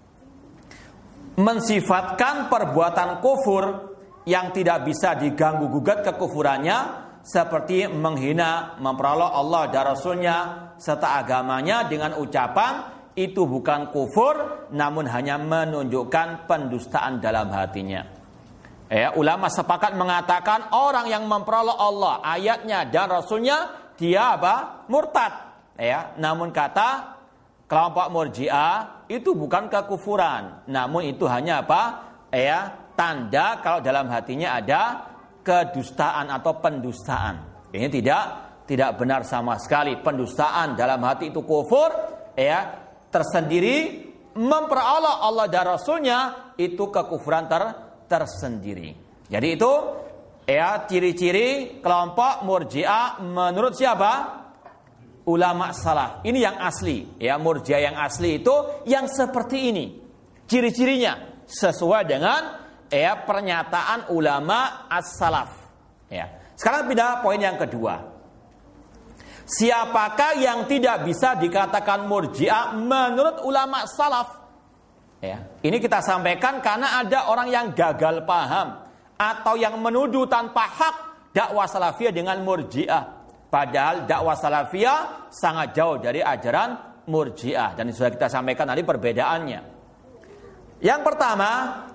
mensifatkan perbuatan kufur yang tidak bisa diganggu gugat kekufurannya, seperti menghina, memperolok Allah dan Rasulnya serta agamanya dengan ucapan, itu bukan kufur, namun hanya menunjukkan pendustaan dalam hatinya. Ya, ulama sepakat mengatakan orang yang memperolok Allah, ayatnya dan Rasulnya, dia apa? Murtad. Ya, namun kata kelompok Murji'ah itu bukan kekufuran, namun itu hanya apa? Ya, tanda kalau dalam hatinya ada kedustaan atau pendustaan. Ini tidak tidak benar sama sekali. Pendustaan dalam hati itu kufur, ya, tersendiri. Memperolok Allah dan Rasulnya itu kekufuran ter, tersendiri. Jadi itu ya ciri-ciri kelompok Murji'ah menurut siapa? Ulama salaf. Ini yang asli, ya, Murji'ah yang asli itu yang seperti ini. Ciri-cirinya sesuai dengan ya pernyataan ulama as-salaf. Ya. Sekarang pindah poin yang kedua. Siapakah yang tidak bisa dikatakan Murji'ah menurut ulama salaf? Ya. Ini kita sampaikan karena ada orang yang gagal paham atau yang menuduh tanpa hak dakwah salafiyah dengan Murji'ah. Padahal dakwah salafiyah sangat jauh dari ajaran Murji'ah, dan sudah kita sampaikan tadi perbedaannya. Yang pertama,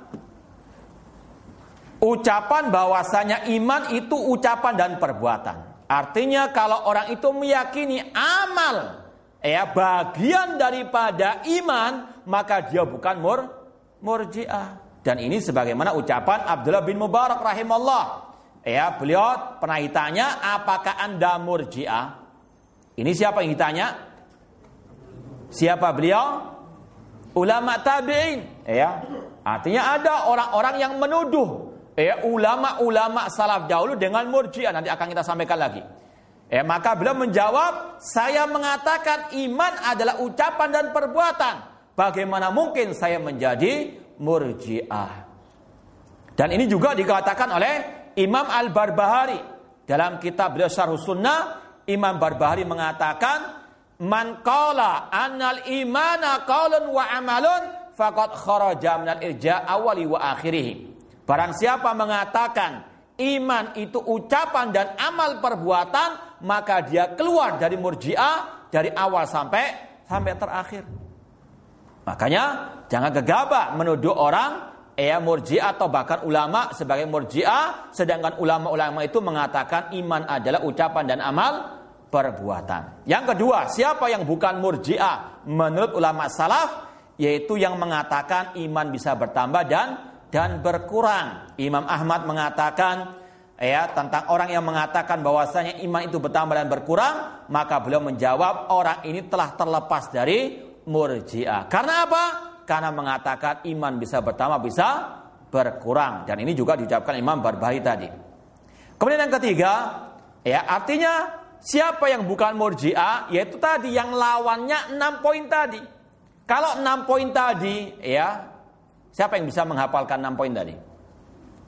ucapan bahwasanya iman itu ucapan dan perbuatan. Artinya kalau orang itu meyakini amal ya bagian daripada iman, maka dia bukan mur, Murji'ah. Dan ini sebagaimana ucapan Abdullah bin Mubarak rahimahullah. Ya, beliau pernah ditanya, apakah Anda Murji'ah? Ini siapa yang ditanya? Siapa beliau? Ulama tabi'in. Ya, artinya ada orang-orang yang menuduh ya ulama-ulama salaf dahulu dengan Murji'ah. Nanti akan kita sampaikan lagi. Ya, maka beliau menjawab, saya mengatakan iman adalah ucapan dan perbuatan. Bagaimana mungkin saya menjadi Murji'ah? Dan ini juga dikatakan oleh Imam Al-Barbahari dalam kitab beliau Syarh Sunnah. Imam Barbahari mengatakan, man qala annal imana qaulun wa amalun faqad kharaja minal irja' awali wa akhirih. Barang siapa mengatakan iman itu ucapan dan amal perbuatan, maka dia keluar dari Murji'ah dari awal sampai sampai terakhir. Makanya jangan gegabah menuduh orang ya Murji'ah atau bahkan ulama sebagai Murji'ah, sedangkan ulama-ulama itu mengatakan iman adalah ucapan dan amal perbuatan. Yang kedua, siapa yang bukan Murji'ah menurut ulama salaf, yaitu yang mengatakan iman bisa bertambah dan dan berkurang. Imam Ahmad mengatakan ya tentang orang yang mengatakan bahwasanya iman itu bertambah dan berkurang, maka beliau menjawab orang ini telah terlepas dari Murji'ah. Karena apa? Karena mengatakan iman bisa bertambah, bisa berkurang. Dan ini juga diucapkan Imam Barbahari tadi. Kemudian yang ketiga, ya artinya siapa yang bukan Murji'ah, yaitu tadi yang lawannya enam poin tadi. Kalau enam poin tadi, ya siapa yang bisa menghafalkan enam poin tadi?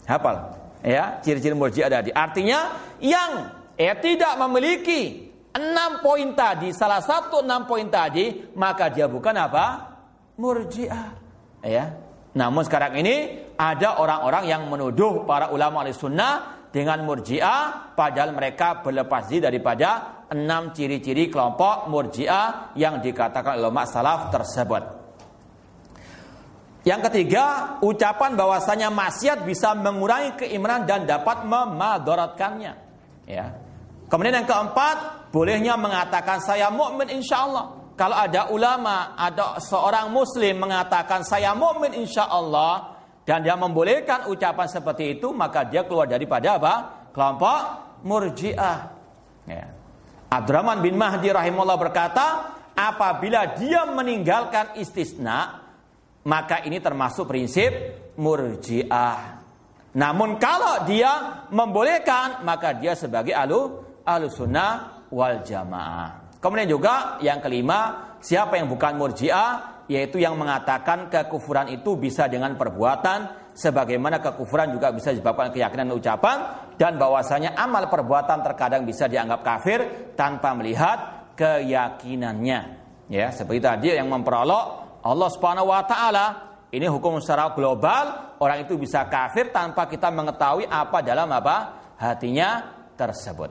Hafal. Ya, ciri-ciri Murji'ah tadi. Artinya yang ya tidak memiliki enam poin tadi, salah satu enam poin tadi, maka dia bukan apa? Murji'ah. Ya. Namun sekarang ini ada orang-orang yang menuduh para ulama Ahlussunnah dengan Murji'ah, padahal mereka berlepas diri daripada enam ciri-ciri kelompok Murji'ah yang dikatakan ulama salaf tersebut. Yang ketiga, ucapan bahwasanya maksiat bisa mengurangi keimanan dan dapat memadaratkannya. Ya. Kemudian yang keempat, bolehnya mengatakan saya mukmin insyaallah. Kalau ada ulama, ada seorang muslim mengatakan saya mukmin insyaallah dan dia membolehkan ucapan seperti itu, maka dia keluar daripada apa? Kelompok Murji'ah. Ya. Abdurrahman bin Mahdi rahimahullah berkata, apabila dia meninggalkan istisna, maka ini termasuk prinsip Murji'ah. Namun kalau dia membolehkan, maka dia sebagai ahlu Ahlussunnah wal Jamaah. Kemudian juga yang kelima, siapa yang bukan Murji'ah, yaitu yang mengatakan kekufuran itu bisa dengan perbuatan, sebagaimana kekufuran juga bisa disebabkan keyakinan dan ucapan, dan bahwasanya amal perbuatan terkadang bisa dianggap kafir tanpa melihat keyakinannya. Ya, seperti tadi yang memperolok Allah Subhanahu wa taala, ini hukum secara global, orang itu bisa kafir tanpa kita mengetahui apa dalam apa hatinya tersebut.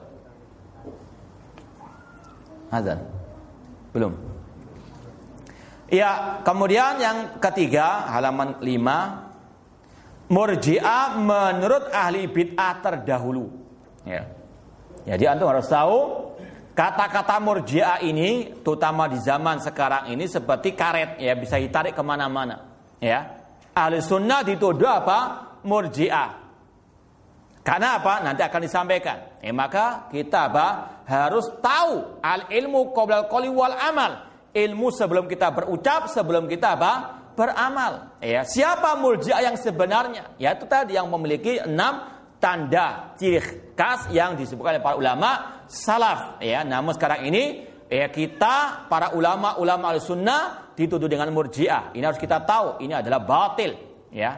Azan. Belum. Ya, kemudian yang ketiga, halaman lima, Murji'ah menurut ahli bid'ah terdahulu. Ya. Jadi antum harus tahu kata-kata Murji'ah ini, terutama di zaman sekarang ini seperti karet, ya, bisa ditarik kemana-mana. Ya, Ahlussunnah dituduh apa? Murji'ah. Karena apa? Nanti akan disampaikan. Eh, maka kita apa? Harus tahu al ilmu qoblal qouli wal amal. Ilmu sebelum kita berucap, sebelum kita apa? Beramal. Ya, siapa Murji'ah yang sebenarnya? Ya, itu tadi yang memiliki enam tanda ciri khas yang disebutkan oleh para ulama salaf. Ya, namun sekarang ini ya kita para ulama-ulama Ahlussunnah dituduh dengan Murji'ah. Ini harus kita tahu, ini adalah batil. Ya,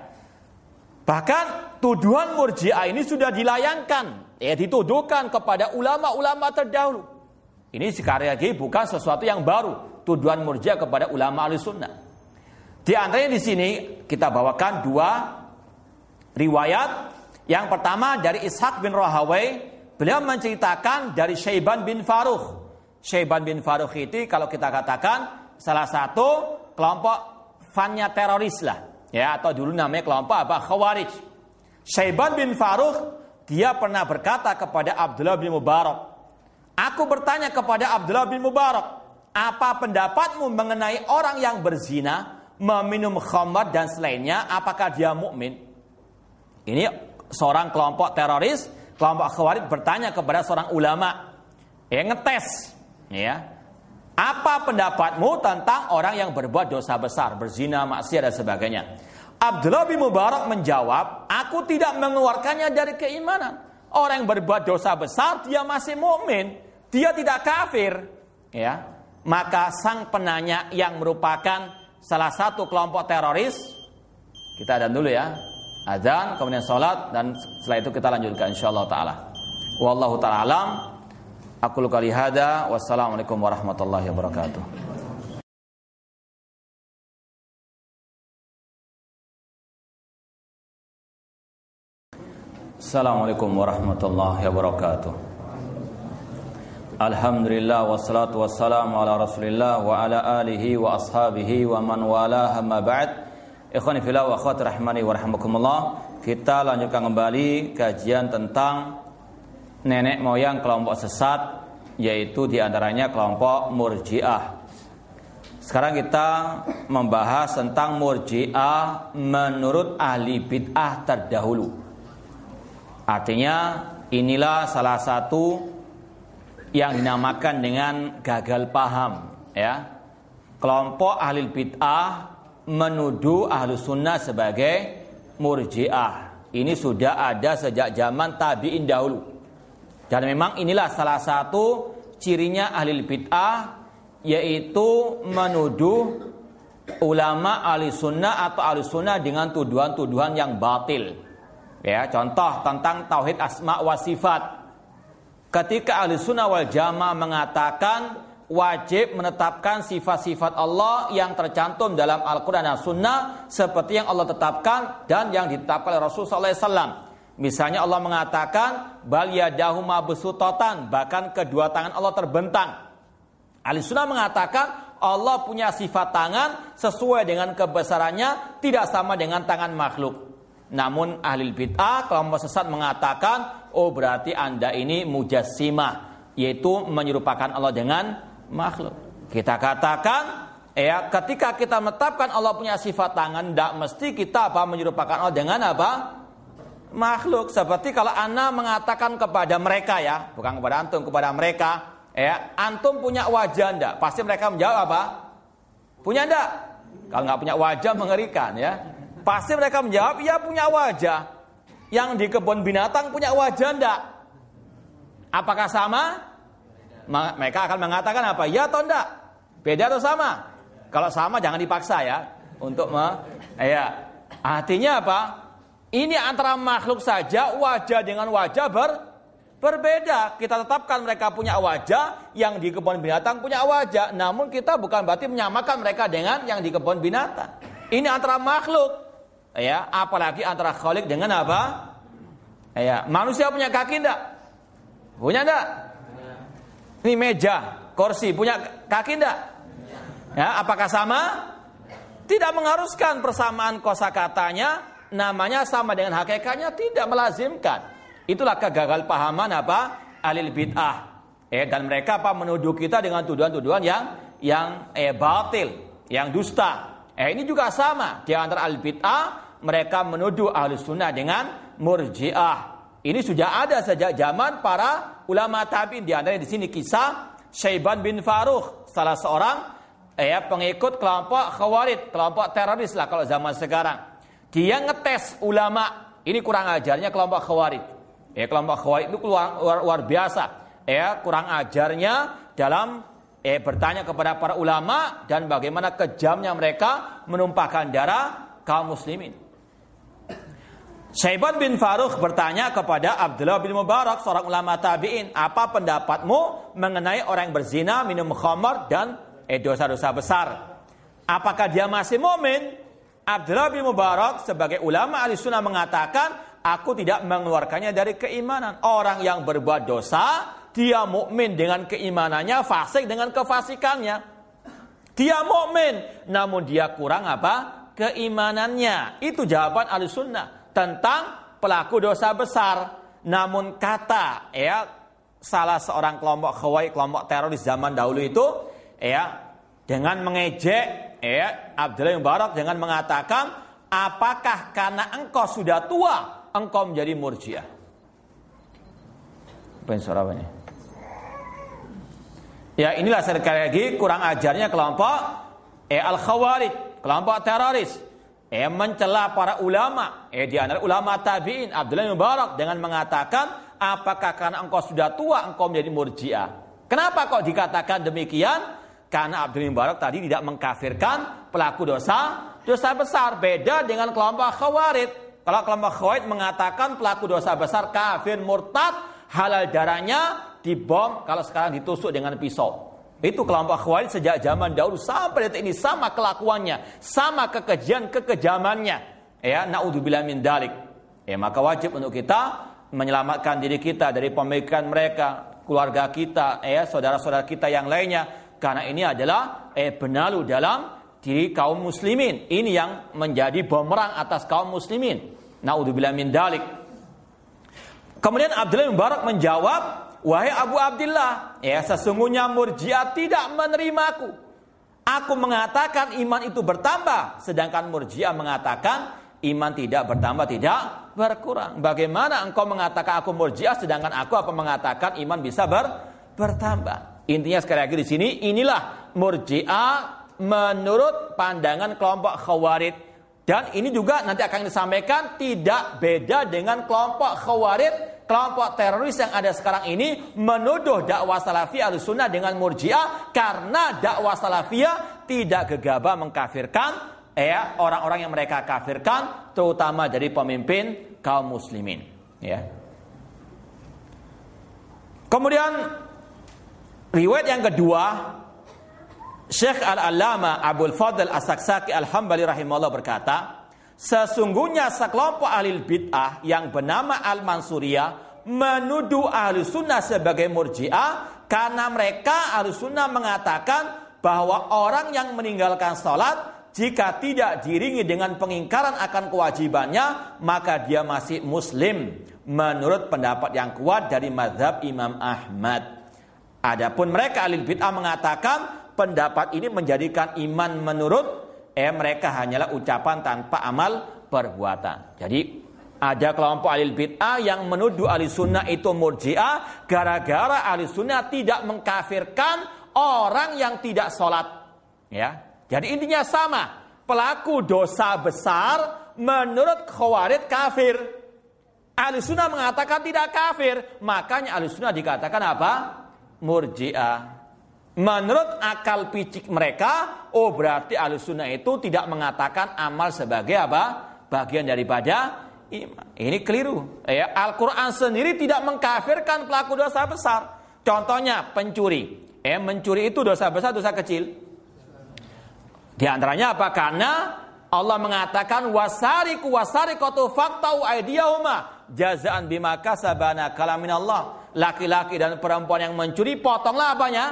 bahkan tuduhan Murji'ah ini sudah dilayangkan, ya, dituduhkan kepada ulama-ulama terdahulu. Ini sekali lagi bukan sesuatu yang baru, tuduhan Murji'ah kepada ulama Ahlussunnah. Di antaranya di sini kita bawakan dua riwayat. Yang pertama dari Ishaq bin Rahawai, beliau menceritakan dari Syaiban bin Farukh. Syaiban bin Farukh itu kalau kita katakan salah satu kelompok fannya teroris lah, ya, atau dulu namanya kelompok apa? Khawarij. Syaiban bin Farukh dia pernah berkata kepada Abdullah bin Mubarak, aku bertanya kepada Abdullah bin Mubarak, apa pendapatmu mengenai orang yang berzina, meminum khamar dan selainnya, apakah dia mukmin? Ini seorang kelompok teroris, kelompok Khawarij bertanya kepada seorang ulama, ya, ngetes, ya, apa pendapatmu tentang orang yang berbuat dosa besar, berzina, maksiat dan sebagainya? Abdullah bin Mubarak menjawab, aku tidak mengeluarkannya dari keimanan. Orang yang berbuat dosa besar dia masih mukmin, dia tidak kafir. Ya, maka sang penanya yang merupakan salah satu kelompok teroris, kita adhan dulu ya. Azan, kemudian sholat, dan setelah itu kita lanjutkan insyaallah ta'ala. Wallahu ta'ala alam. Aqulu qali hada. Wassalamualaikum warahmatullahi wabarakatuh. Assalamualaikum warahmatullahi wabarakatuh. Alhamdulillah wassalatu wassalamu ala Rasulillah wa ala alihi wa ashabihi wa man walaha ma ba'd. Ikhwani fillah wa akhwati rahimani wa rahimakumullah. Kita lanjutkan kembali kajian tentang nenek moyang kelompok sesat, yaitu diantaranya kelompok Murji'ah. Sekarang kita membahas tentang Murji'ah menurut ahli bid'ah terdahulu. Artinya inilah salah satu yang dinamakan dengan gagal paham, ya. Kelompok ahli bid'ah menuduh Ahlussunnah sebagai Murji'ah. Ini sudah ada sejak zaman tabi'in dahulu. Dan memang inilah salah satu cirinya ahli bid'ah, yaitu menuduh ulama Ahlussunnah atau Ahlussunnah dengan tuduhan-tuduhan yang batil. Ya, contoh tentang tauhid asma wa sifat. Ketika ahli sunnah wal jamaah mengatakan wajib menetapkan sifat-sifat Allah yang tercantum dalam Al-Quran dan Sunnah seperti yang Allah tetapkan dan yang ditetapkan oleh Rasulullah sallallahu alaihi wasallam. Misalnya Allah mengatakan bal yadahu mabsuutatan, bahkan kedua tangan Allah terbentang. Ahli sunnah mengatakan Allah punya sifat tangan sesuai dengan kebesarannya, tidak sama dengan tangan makhluk. Namun ahli bid'ah, kelompok sesat mengatakan, oh berarti Anda ini mujassimah, yaitu menyerupakan Allah dengan makhluk. Kita katakan, ya, ketika kita menetapkan Allah punya sifat tangan, tidak mesti kita apa menyerupakan Allah dengan apa? Makhluk. Seperti kalau Anda mengatakan kepada mereka, ya, bukan kepada antum, kepada mereka, ya, antum punya wajah enggak? Pasti mereka menjawab apa? Punya enggak? Kalau nggak punya wajah mengerikan, ya. Pasti mereka menjawab, iya punya wajah. Yang di kebun binatang punya wajah enggak? Apakah sama? Mereka akan mengatakan apa? Ya atau enggak? Beda atau sama? Kalau sama jangan dipaksa, ya. Untuk me, ya. Artinya apa? Ini antara makhluk saja, wajah dengan wajah ber, berbeda. Kita tetapkan mereka punya wajah, yang di kebun binatang punya wajah. Namun kita bukan berarti menyamakan mereka dengan yang di kebun binatang. Ini antara makhluk. Ya, apalagi antara khalik dengan apa? Ya, manusia punya kaki enggak? Punya enggak? Ini meja, kursi punya kaki enggak? Ya, apakah sama? Tidak mengharuskan persamaan kosakatanya, namanya sama dengan hakikatnya tidak melazimkan. Itulah kegagalan pahaman apa? Ahli bid'ah. Eh, dan mereka apa menuduh kita dengan tuduhan-tuduhan yang yang eh batil, yang dusta. Eh, ini juga sama di antara ahli bid'ah. Mereka menuduh ahli sunnah dengan murji'ah. Ini sudah ada sejak zaman para ulama tabi'in. Di antara di sini kisah Syaiban bin Farukh, salah seorang eh, pengikut kelompok Khawarij, kelompok teroris lah kalau zaman sekarang. Dia ngetes ulama. Ini kurang ajarnya kelompok Khawarij. Eh, kelompok Khawarij itu luar, luar, luar biasa. Eh, kurang ajarnya dalam eh, bertanya kepada para ulama dan bagaimana kejamnya mereka menumpahkan darah kaum muslimin. Syaiban bin Farukh bertanya kepada Abdullah bin Mubarak, seorang ulama tabi'in, apa pendapatmu mengenai orang yang berzina, minum khamar dan eh, dosa-dosa besar? Apakah dia masih mukmin? Abdullah bin Mubarak sebagai ulama ahli sunnah mengatakan, aku tidak mengeluarkannya dari keimanan. Orang yang berbuat dosa, dia mukmin dengan keimanannya, fasik dengan kefasikannya. Dia mukmin, namun dia kurang apa? Keimanannya. Itu jawaban ahli sunnah tentang pelaku dosa besar. Namun kata ya salah seorang kelompok Khawarij, kelompok teroris zaman dahulu itu, ya dengan mengejek ya Abdullah bin Mubarak dengan mengatakan, apakah karena engkau sudah tua engkau menjadi murji'ah? Apa yang suara ini? Ya, inilah sekali lagi kurang ajarnya kelompok eh al-Khawarij, kelompok teroris. Eh mencela para ulama, eh di antara ulama tabi'in Abdullah bin Mubarak dengan mengatakan, apakah karena engkau sudah tua engkau menjadi murji'ah? Kenapa kok dikatakan demikian? Karena Abdullah bin Mubarak tadi tidak mengkafirkan pelaku dosa dosa besar. Beda dengan kelompok Khawarij. Kalau kelompok Khawarij mengatakan pelaku dosa besar kafir murtad, halal darahnya dibom, kalau sekarang ditusuk dengan pisau. Itu kelompok Khawarij sejak zaman dahulu sampai detik ini sama kelakuannya, sama kekejian-kekejamannya. Ya, naudzubillah min dalik. Ya, maka wajib untuk kita menyelamatkan diri kita dari pemikiran mereka, keluarga kita, ya, saudara-saudara kita yang lainnya, karena ini adalah eh benalu dalam diri kaum muslimin. Ini yang menjadi bumerang atas kaum muslimin. Naudzubillah min dalik. Kemudian Abdullah bin Mubarak menjawab, wahai Abu Abdillah, ya sesungguhnya Murji'ah tidak menerimaku. Aku mengatakan iman itu bertambah, sedangkan Murji'ah mengatakan iman tidak bertambah, tidak berkurang. Bagaimana engkau mengatakan aku Murji'ah, sedangkan aku apa mengatakan iman bisa ber, bertambah? Intinya sekali lagi di sini, inilah Murji'ah menurut pandangan kelompok Khawarij. Dan ini juga nanti akan disampaikan tidak beda dengan kelompok Khawarij, kelompok teroris yang ada sekarang ini menuduh dakwah salafiyah Ahlussunnah dengan Murji'ah, karena dakwah salafiyah tidak gegabah mengkafirkan ya orang-orang yang mereka kafirkan, terutama dari pemimpin kaum muslimin, ya. Kemudian riwayat yang kedua, Syekh Al-Allamah Abdul Fadl As-Saksaki Al-Hambali rahimahullah berkata, sesungguhnya sekelompok ahli bid'ah yang bernama Al-Mansuriyah menuduh ahli sunnah sebagai murji'ah karena mereka ahli sunnah mengatakan bahwa orang yang meninggalkan sholat jika tidak diiringi dengan pengingkaran akan kewajibannya maka dia masih muslim menurut pendapat yang kuat dari mazhab Imam Ahmad. Adapun mereka ahli bid'ah mengatakan pendapat ini menjadikan iman menurut eh mereka hanyalah ucapan tanpa amal perbuatan. Jadi ada kelompok ahli bid'ah yang menuduh ahli sunnah itu murji'ah gara-gara ahli sunnah tidak mengkafirkan orang yang tidak sholat. Ya, jadi intinya sama. Pelaku dosa besar menurut Khawarij kafir. Ahli sunnah mengatakan tidak kafir. Makanya ahli sunnah dikatakan apa? Murji'ah. Menurut akal picik mereka, oh berarti ahli sunnah itu tidak mengatakan amal sebagai apa? Bagian daripada iman. Ini keliru. Ya, Al-Quran sendiri tidak mengkafirkan pelaku dosa besar. Contohnya pencuri. Eh, mencuri itu dosa besar, dosa kecil. Di antaranya apa? Karena Allah mengatakan wasariku wasariqatu faqta'u aydiyahuma jazaan bima kasabana kalamin Allah. Laki-laki dan perempuan yang mencuri potonglah apanya?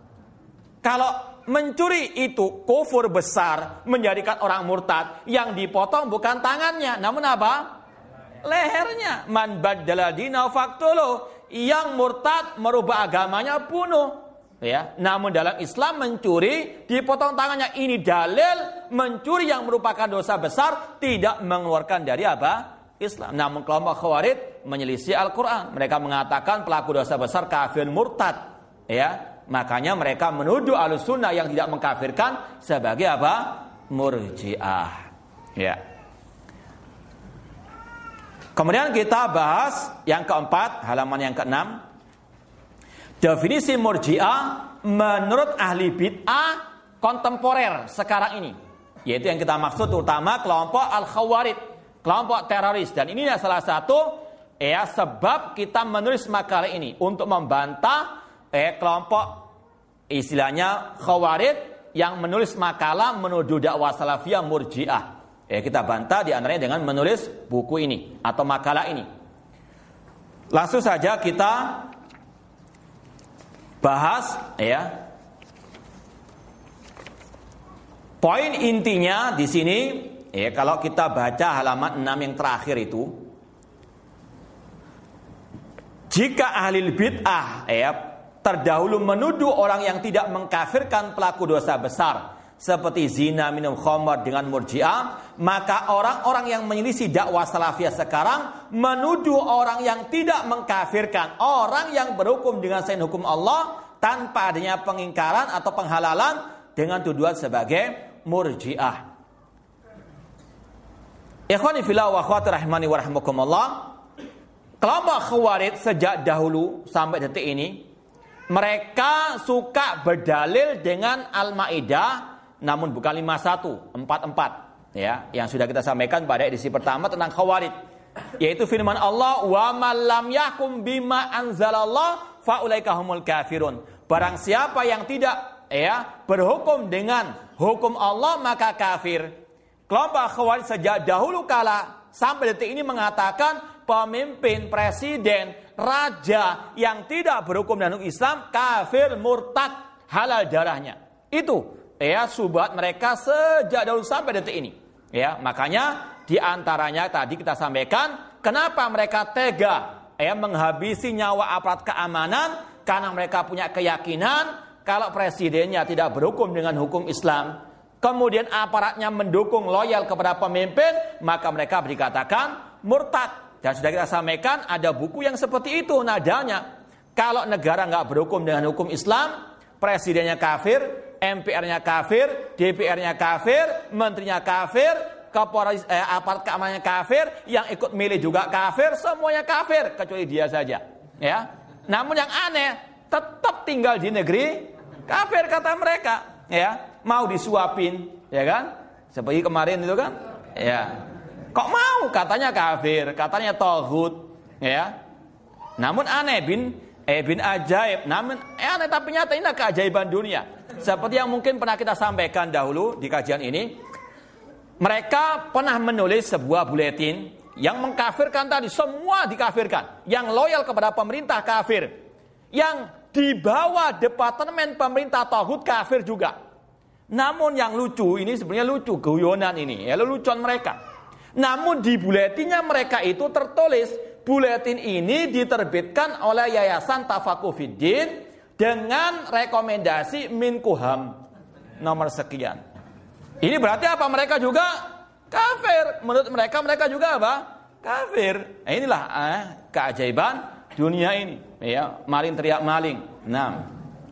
Kalau mencuri itu kufur besar menjadikan orang murtad, yang dipotong bukan tangannya, namun apa? Lehernya. Man baddala dinahu faqtuluh. Yang murtad merubah agamanya bunuh. Ya, namun dalam Islam mencuri dipotong tangannya. Ini dalil mencuri yang merupakan dosa besar tidak mengeluarkan dari apa? Islam. Namun kelompok Khawarij menyelisih Al-Quran. Mereka mengatakan pelaku dosa besar kafir murtad. Ya, makanya mereka menuduh Ahlussunnah yang tidak mengkafirkan sebagai apa? Murji'ah. Ya. Kemudian kita bahas yang keempat, halaman yang keenam. Definisi murji'ah menurut ahli bid'ah kontemporer sekarang ini, yaitu yang kita maksud utama kelompok al-khawarij, kelompok teroris. Dan ini salah satu ya sebab kita menulis makalah ini untuk membantah eh, kelompok istilahnya khawarij yang menulis makalah menuduh dakwah salafiyah murji'ah. Ya, kita bantah di antaranya dengan menulis buku ini atau makalah ini. Langsung saja kita bahas ya. Poin intinya di sini ya, kalau kita baca halaman enam yang terakhir itu, jika ahli bid'ah ya terdahulu menuduh orang yang tidak mengkafirkan pelaku dosa besar seperti zina, minum khamar dengan murji'ah, maka orang-orang yang menyelisih dakwah salafiyah sekarang menuduh orang yang tidak mengkafirkan, orang yang berhukum dengan selain hukum Allah tanpa adanya pengingkaran atau penghalalan dengan tuduhan sebagai murji'ah. Ikhwani fillah wa akhwati rahimani wa rahimakumullah, kelompok Khawarij sejak dahulu sampai detik ini mereka suka berdalil dengan Al-Maidah, namun bukan lima puluh satu, empat puluh empat ya, yang sudah kita sampaikan pada edisi pertama tentang Khawarij, yaitu firman Allah, wa man lam yahkum bima anzalallah fa ulaika humul kafirun. Barang siapa yang tidak ya berhukum dengan hukum Allah maka kafir. Kelompok Khawarij sejak dahulu kala sampai detik ini mengatakan pemimpin, presiden, raja yang tidak berhukum dengan hukum Islam kafir, murtad, halal darahnya. Itu ya subhat mereka sejak dahulu sampai detik ini. Ya, makanya di antaranya tadi kita sampaikan kenapa mereka tega ya menghabisi nyawa aparat keamanan, karena mereka punya keyakinan kalau presidennya tidak berhukum dengan hukum Islam, kemudian aparatnya mendukung loyal kepada pemimpin, maka mereka dikatakan murtad. Dan sudah kita sampaikan ada buku yang seperti itu nadanya. Kalau negara nggak berhukum dengan hukum Islam, presidennya kafir, M P R-nya kafir, D P R-nya kafir, menterinya kafir, Kapolres, eh, aparat keamanannya kafir, yang ikut milih juga kafir, semuanya kafir kecuali dia saja. Ya. Namun yang aneh, tetap tinggal di negeri kafir kata mereka. Ya, mau disuapin, ya kan? Seperti kemarin itu kan? Ya. Kok mau katanya kafir, katanya taghut, ya. Namun aneh bin eh bin ajaib, namun eh, aneh tapi nyata ini keajaiban dunia. Seperti yang mungkin pernah kita sampaikan dahulu di kajian ini, mereka pernah menulis sebuah buletin yang mengkafirkan tadi, semua dikafirkan. Yang loyal kepada pemerintah kafir, yang di bawah departemen pemerintah taghut kafir juga. Namun yang lucu ini sebenarnya lucu guyonan ini, ya lelucon mereka. Namun di buletinnya mereka itu tertulis, buletin ini diterbitkan oleh Yayasan Tafakufiddin dengan rekomendasi Minkuham nomor sekian. Ini berarti apa? Mereka juga kafir. Menurut mereka, mereka juga apa? Kafir. Nah, inilah eh, keajaiban dunia ini. Ya, maling teriak maling. Nah,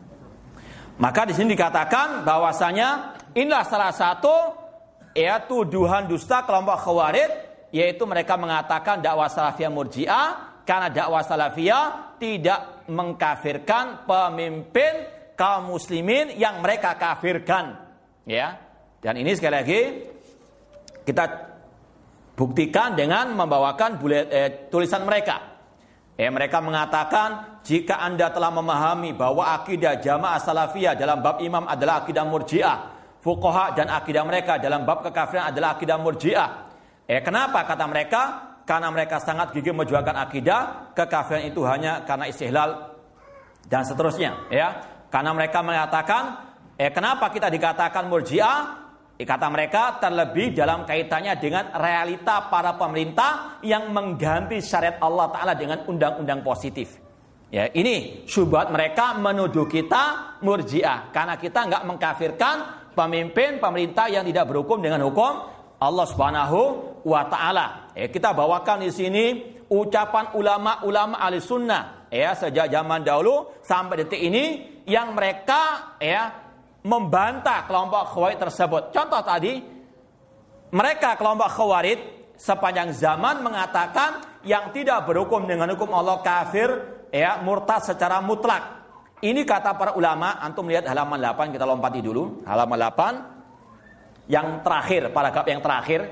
maka di sini dikatakan bahwasanya inilah salah satu ya tuduhan dusta kelompok Khawarij, yaitu mereka mengatakan dakwah salafiyah murji'ah karena dakwah salafiyah tidak mengkafirkan pemimpin kaum muslimin yang mereka kafirkan, ya. Dan ini sekali lagi kita buktikan dengan membawakan bulet, eh, tulisan mereka. Eh, mereka mengatakan jika Anda telah memahami bahwa akidah jamaah salafiyah dalam bab imam adalah akidah murji'ah, fuqaha dan akidah mereka dalam bab kekafiran adalah akidah murji'ah. Eh, kenapa kata mereka? Karena mereka sangat gigih memperjuangkan akidah kekafiran itu hanya karena istihlal dan seterusnya, ya. Karena mereka mengatakan, eh kenapa kita dikatakan murji'ah? Eh, kata mereka terlebih dalam kaitannya dengan realita para pemerintah yang mengganti syariat Allah Ta'ala dengan undang-undang positif. Ya, ini syubhat mereka menuduh kita murji'ah karena kita nggak mengkafirkan pemimpin pemerintah yang tidak berhukum dengan hukum Allah Subhanahu wa Ta'ala. Ya, kita bawakan di sini ucapan ulama-ulama ahli sunnah ya sejak zaman dahulu sampai detik ini yang mereka ya membantah kelompok Khawarij tersebut. Contoh tadi, mereka kelompok Khawarij sepanjang zaman mengatakan yang tidak berhukum dengan hukum Allah kafir, ya murtad secara mutlak. Ini kata para ulama. Antum lihat halaman delapan, kita lompati dulu. Halaman delapan yang terakhir, paragraf yang terakhir.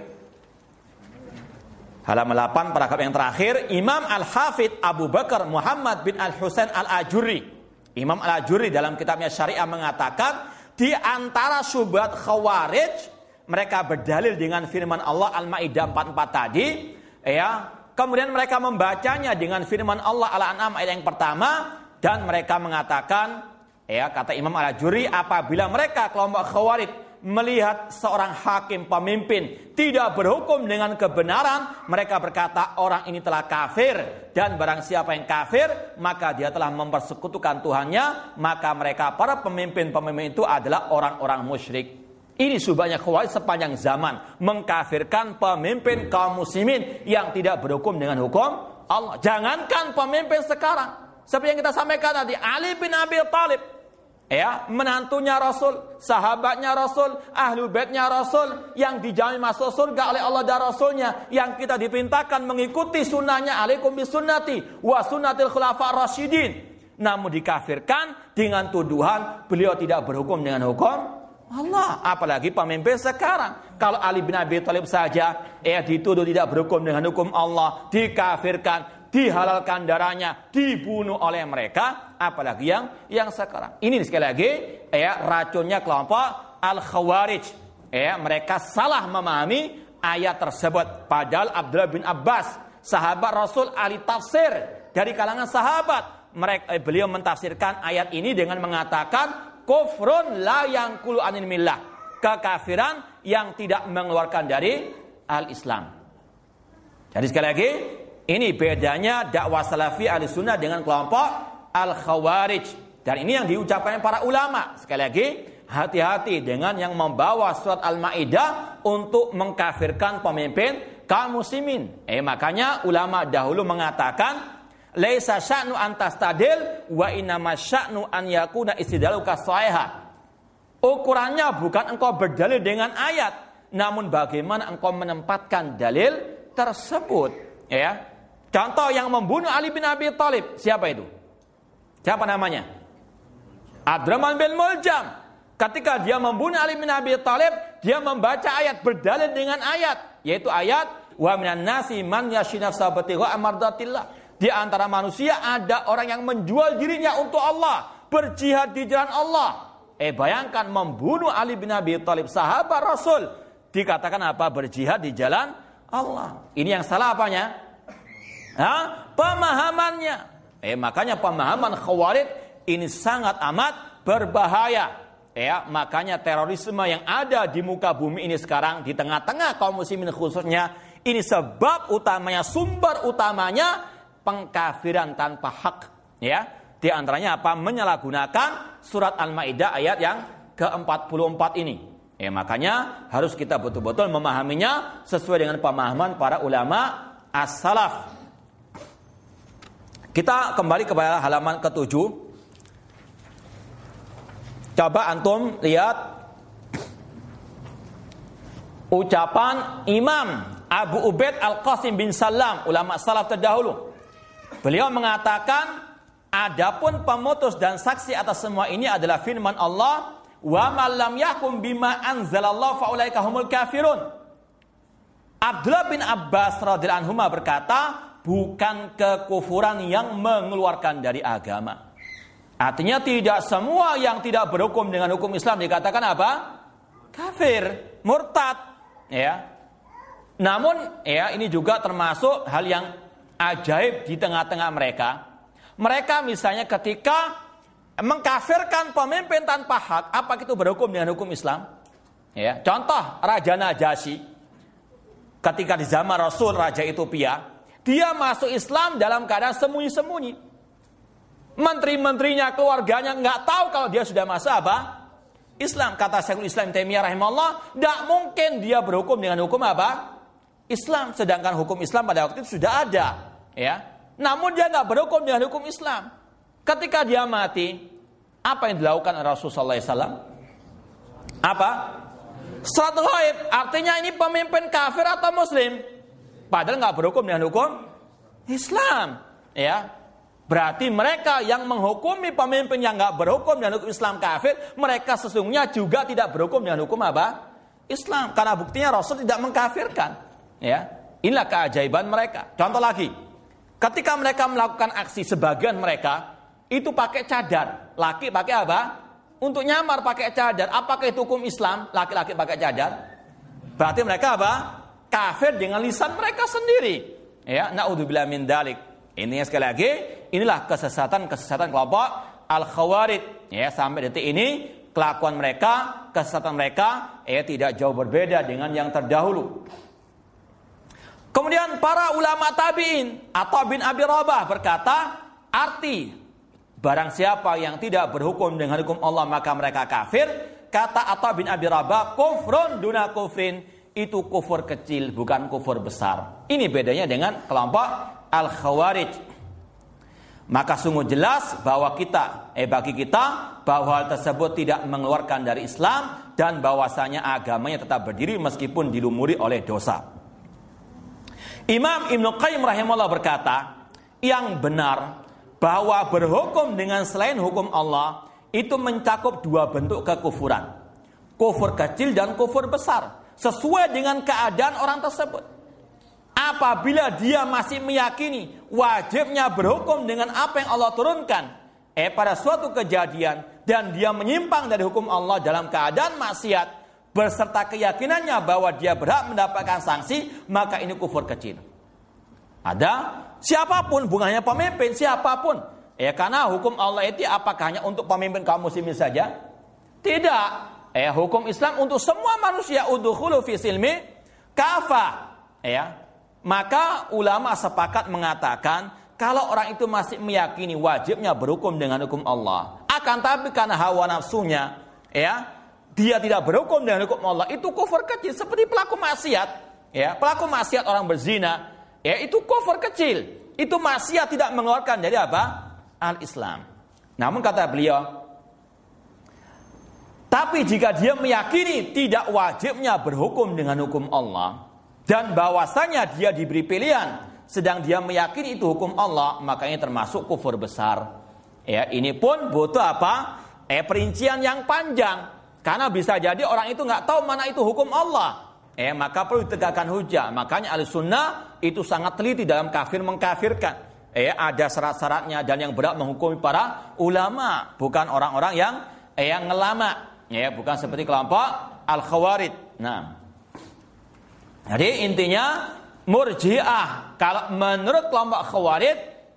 Halaman delapan, paragraf yang terakhir. Imam Al-Hafidh Abu Bakar Muhammad bin Al-Husain Al-Ajuri, Imam Al-Ajuri dalam kitabnya Syariah mengatakan, di antara syubhat Khawarij, mereka berdalil dengan firman Allah Al-Maidah empat puluh empat tadi, ya. Kemudian mereka membacanya dengan firman Allah Al-An'am ayat yang pertama, dan mereka mengatakan, ya kata Imam Al-Ajuri, apabila mereka kelompok Khawarij melihat seorang hakim pemimpin tidak berhukum dengan kebenaran, mereka berkata orang ini telah kafir, dan barang siapa yang kafir maka dia telah mempersekutukan Tuhannya, maka mereka para pemimpin-pemimpin itu adalah orang-orang musyrik. Ini subahnya Khawarij sepanjang zaman, mengkafirkan pemimpin kaum muslimin yang tidak berhukum dengan hukum Allah. Jangankan pemimpin sekarang, seperti yang kita sampaikan tadi, Ali bin Abi Thalib, ya, menantunya Rasul, sahabatnya Rasul, ahlu baitnya Rasul, yang dijamin masuk surga oleh Allah dan Rasulnya, yang kita diperintahkan mengikuti sunnahnya, alaikum bisunnati wa sunnatil khulafa rasyidin. Namun dikafirkan dengan tuduhan beliau tidak berhukum dengan hukum Allah. Apalagi pemimpin sekarang. Kalau Ali bin Abi Thalib saja ya dituduh tidak berhukum dengan hukum Allah, dikafirkan, dihalalkan darahnya, dibunuh oleh mereka, apalagi yang yang sekarang. Ini sekali lagi ya racunnya kelompok Al-Khawarij. Ya, mereka salah memahami ayat tersebut. Padahal Abdullah bin Abbas, sahabat Rasul, ahli tafsir dari kalangan sahabat, mereka eh, beliau mentafsirkan ayat ini dengan mengatakan kufrun la yanqulu anil millah, kekafiran yang tidak mengeluarkan dari al-Islam. Jadi sekali lagi, ini bedanya dakwah salafi ahli sunnah dengan kelompok al-Khawarij. Dan ini yang diucapkan para ulama. Sekali lagi, hati-hati dengan yang membawa surat Al-Maidah untuk mengkafirkan pemimpin kaum muslimin. Eh makanya ulama dahulu mengatakan laisa sya'nu an tastadil wa innama sya'nu an yakuna istidlaluka shahihah. Ukurannya bukan engkau berdalil dengan ayat, namun bagaimana engkau menempatkan dalil tersebut, ya. Contoh yang membunuh Ali bin Abi Thalib, siapa itu? Siapa namanya? Abdurrahman bin Muljam. Ketika dia membunuh Ali bin Abi Thalib, dia membaca ayat, berdalil dengan ayat, yaitu ayat wa minan nasi man yashri nafsahu ibtigha'a mardatillah. Di antara manusia ada orang yang menjual dirinya untuk Allah, berjihad di jalan Allah. Eh bayangkan membunuh Ali bin Abi Thalib, sahabat Rasul, dikatakan apa? Berjihad di jalan Allah. Ini yang salah apanya? Hah? Pemahamannya. Eh makanya pemahaman Khawarij ini sangat amat berbahaya. Ya, makanya terorisme yang ada di muka bumi ini sekarang di tengah-tengah kaum muslimin khususnya, ini sebab utamanya, sumber utamanya pengkafiran tanpa hak. Ya, di antaranya apa? Menyalahgunakan surat Al-Maidah ayat yang ke empat puluh empat ini. Ya, makanya harus kita betul-betul memahaminya sesuai dengan pemahaman para ulama as-salaf. Kita kembali kepada halaman ketujuh. Coba antum lihat ucapan Imam Abu Ubaid Al-Qasim bin Salam, ulama salaf terdahulu. Beliau mengatakan, adapun pemutus dan saksi atas semua ini adalah firman Allah, wa man lam yahkum bima anzalallahu fa ulaika humul kafirun. Abdullah bin Abbas radhiyallahu anhu berkata, bukan kekufuran yang mengeluarkan dari agama. Artinya tidak semua yang tidak berhukum dengan hukum Islam dikatakan apa? Kafir, murtad, ya. Namun, ya ini juga termasuk hal yang ajaib di tengah-tengah mereka. Mereka misalnya ketika mengkafirkan pemimpin tanpa hak, apa itu berhukum dengan hukum Islam? Ya, contoh Raja Najasyi. Ketika di zaman Rasul, Raja Ethiopia, dia masuk Islam dalam keadaan sembunyi-sembunyi. Menteri-menterinya, keluarganya nggak tahu kalau dia sudah masuk apa? Islam. Kata Syekhul Islam Taimiyah rahimahullah, tidak mungkin dia berhukum dengan hukum apa? Islam. Sedangkan hukum Islam pada waktu itu sudah ada, ya. Namun dia nggak berhukum dengan hukum Islam. Ketika dia mati, apa yang dilakukan Rasulullah sallallahu alaihi wasallam? Apa? Salat ghaib. Artinya ini pemimpin kafir atau Muslim? Padahal nggak berhukum dengan hukum Islam, ya. Berarti mereka yang menghukumi pemimpin yang nggak berhukum dengan hukum Islam kafir, mereka sesungguhnya juga tidak berhukum dengan hukum apa? Islam. Karena buktinya Rasul tidak mengkafirkan. Ya, inilah keajaiban mereka. Contoh lagi, ketika mereka melakukan aksi, sebagian mereka itu pakai cadar. Laki pakai apa? Untuk nyamar pakai cadar. Apakah itu hukum Islam? Laki-laki pakai cadar. Berarti mereka apa? Kafir dengan lisan mereka sendiri. Ya, naudzubillah min dzalik. Ini sekali lagi, inilah kesesatan-kesesatan kelompok Al-Khawarij. Ya, sampai detik ini kelakuan mereka, kesesatan mereka ya tidak jauh berbeda dengan yang terdahulu. Kemudian para ulama tabi'in, Atha bin Abi Rabah berkata, arti barang siapa yang tidak berhukum dengan hukum Allah maka mereka kafir. Kata Atha bin Abi Rabah, kufrun duna kufrin, itu kufur kecil bukan kufur besar. Ini bedanya dengan kelompok Al-Khawarij. Maka sungguh jelas bahwa kita, eh bagi kita, bahwa hal tersebut tidak mengeluarkan dari Islam dan bahwasanya agamanya tetap berdiri meskipun dilumuri oleh dosa. Imam Ibnu Qayyim rahimahullah berkata, yang benar bahwa berhukum dengan selain hukum Allah itu mencakup dua bentuk kekufuran, kufur kecil dan kufur besar, sesuai dengan keadaan orang tersebut. Apabila dia masih meyakini wajibnya berhukum dengan apa yang Allah turunkan eh pada suatu kejadian dan dia menyimpang dari hukum Allah dalam keadaan maksiat beserta keyakinannya bahwa dia berhak mendapatkan sanksi, maka ini kufur kecil. Ada siapapun, bukan hanya pemimpin, siapapun. Ya, karena hukum Allah itu apakah hanya untuk pemimpin kaum muslimin saja? Tidak. Eh hukum Islam untuk semua manusia, udkhulu fi silmi kafah. Ya. Maka ulama sepakat mengatakan kalau orang itu masih meyakini wajibnya berhukum dengan hukum Allah, akan tapi karena hawa nafsunya, ya, dia tidak berhukum dengan hukum Allah, itu kufur kecil seperti pelaku maksiat, ya, pelaku maksiat orang berzina, ya, itu kufur kecil, itu maksiat tidak mengeluarkan dari apa? Al-Islam. Namun kata beliau, tapi jika dia meyakini tidak wajibnya berhukum dengan hukum Allah dan bahwasanya dia diberi pilihan, sedang dia meyakini itu hukum Allah, maka ini termasuk kufur besar. Ya, ini pun butuh apa? Eh, perincian yang panjang. Karena bisa jadi orang itu nggak tahu mana itu hukum Allah. eh maka perlu ditegakkan hujah. Makanya Ahlussunnah itu sangat teliti dalam kafir mengkafirkan. Eh ada syarat-syaratnya dan yang berhak menghukumi para ulama, bukan orang-orang yang eh, yang ngelama, ya, bukan seperti kelompok Al-Khawarij. Nah, jadi intinya Murji'ah kalau menurut kelompok Khawarij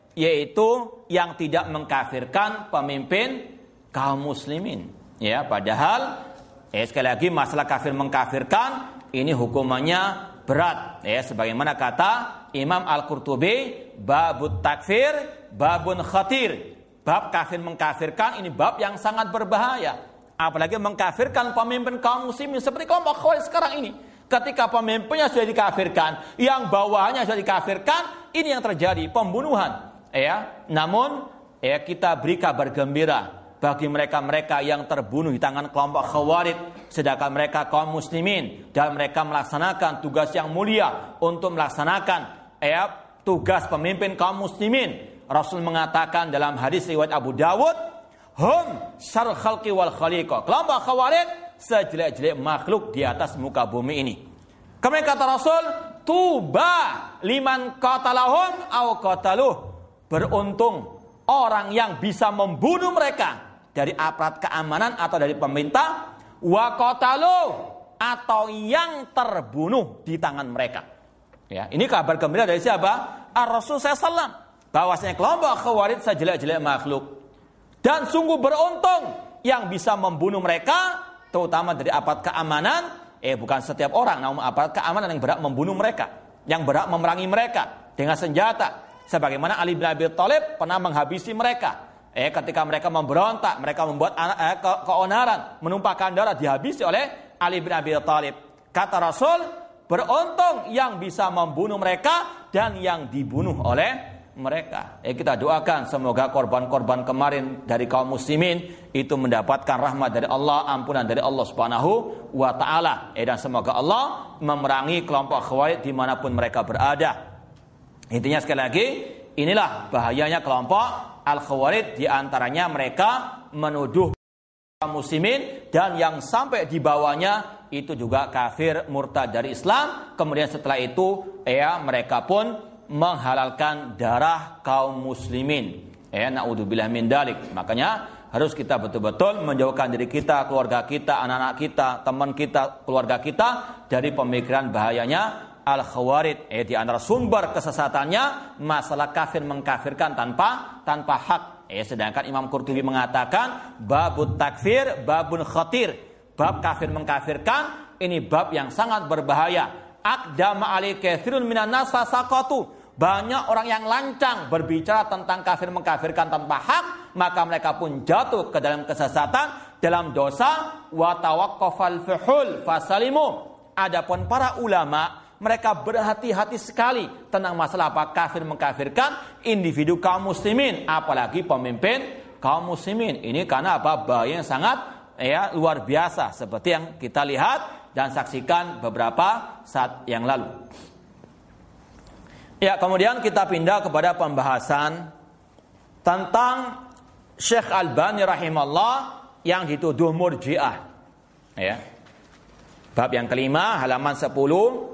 yaitu yang tidak mengkafirkan pemimpin kaum muslimin. Ya, padahal eh, sekali lagi masalah kafir mengkafirkan ini hukumannya berat. Ya, sebagaimana kata Imam Al-Qurtubi, babut takfir, babun khatir. Bab kafir mengkafirkan ini bab yang sangat berbahaya. Apalagi mengkafirkan pemimpin kaum muslimin seperti kelompok Khawarij sekarang ini. Ketika pemimpinnya sudah dikafirkan, yang bawahnya sudah dikafirkan, ini yang terjadi, pembunuhan. Ya, namun ya kita beri kabar gembira bagi mereka-mereka yang terbunuh di tangan kelompok Khawarij, sedangkan mereka kaum muslimin dan mereka melaksanakan tugas yang mulia untuk melaksanakan ya tugas pemimpin kaum muslimin. Rasul mengatakan dalam hadis riwayat Abu Dawud, hum syarrul khalqi wal khaliqah. Kelompok Khawarij sejelek-jelek makhluk di atas muka bumi ini. Kemudian kata Rasul, tuba liman qatalahum aw qataluh. Beruntung orang yang bisa membunuh mereka dari aparat keamanan atau dari pemerintah, wa qataluh, atau yang terbunuh di tangan mereka. Ya, ini kabar gembira dari siapa? Ar-Rasul sallallahu alaihi wasallam. Bahwasanya kelompok Khawarij sejelek-jelek makhluk. Dan sungguh beruntung yang bisa membunuh mereka, terutama dari aparat keamanan, eh bukan setiap orang, namun aparat keamanan yang berhak membunuh mereka, yang berhak memerangi mereka dengan senjata. Sebagaimana Ali bin Abi Thalib pernah menghabisi mereka. Eh ketika mereka memberontak, mereka membuat eh, ke keonaran, menumpahkan darah, dihabisi oleh Ali bin Abi Thalib. Kata Rasul, beruntung yang bisa membunuh mereka dan yang dibunuh oleh mereka. Eh kita doakan semoga korban-korban kemarin dari kaum muslimin itu mendapatkan rahmat dari Allah, ampunan dari Allah Subhanahu wa taala. Eh dan semoga Allah memerangi kelompok Khawarij dimanapun mereka berada. Intinya sekali lagi, inilah bahayanya kelompok Al-Khawarij, di antaranya mereka menuduh kaum muslimin dan yang sampai di bawahnya itu juga kafir murtad dari Islam. Kemudian setelah itu ya mereka pun menghalalkan darah kaum muslimin. Ya, naudzubillah min dalik. Makanya harus kita betul-betul menjauhkan diri kita, keluarga kita, anak-anak kita, teman kita, keluarga kita dari pemikiran bahayanya Al-Khawarij. Eh, di antara sumber kesesatannya masalah kafir mengkafirkan tanpa tanpa hak. Eh, sedangkan Imam Qurtubi mengatakan babut takfir, babun khatir. Bab kafir mengkafirkan ini bab yang sangat berbahaya. Aqdama ali katsirun minan nas fasaqatu. Banyak orang yang lancang berbicara tentang kafir mengkafirkan tanpa hak, maka mereka pun jatuh ke dalam kesesatan, dalam dosa. Wa tawaqqafal fuhul fasalimu. Adapun para ulama, mereka berhati-hati sekali tentang masalah apa kafir mengkafirkan individu kaum muslimin, apalagi pemimpin kaum muslimin. Ini karena apa? Bahaya yang sangat ya luar biasa seperti yang kita lihat dan saksikan beberapa saat yang lalu. Ya, kemudian kita pindah kepada pembahasan tentang Syekh Albani rahimahullah yang dituduh Murji'ah. Ya. Bab yang kelima, halaman sepuluh.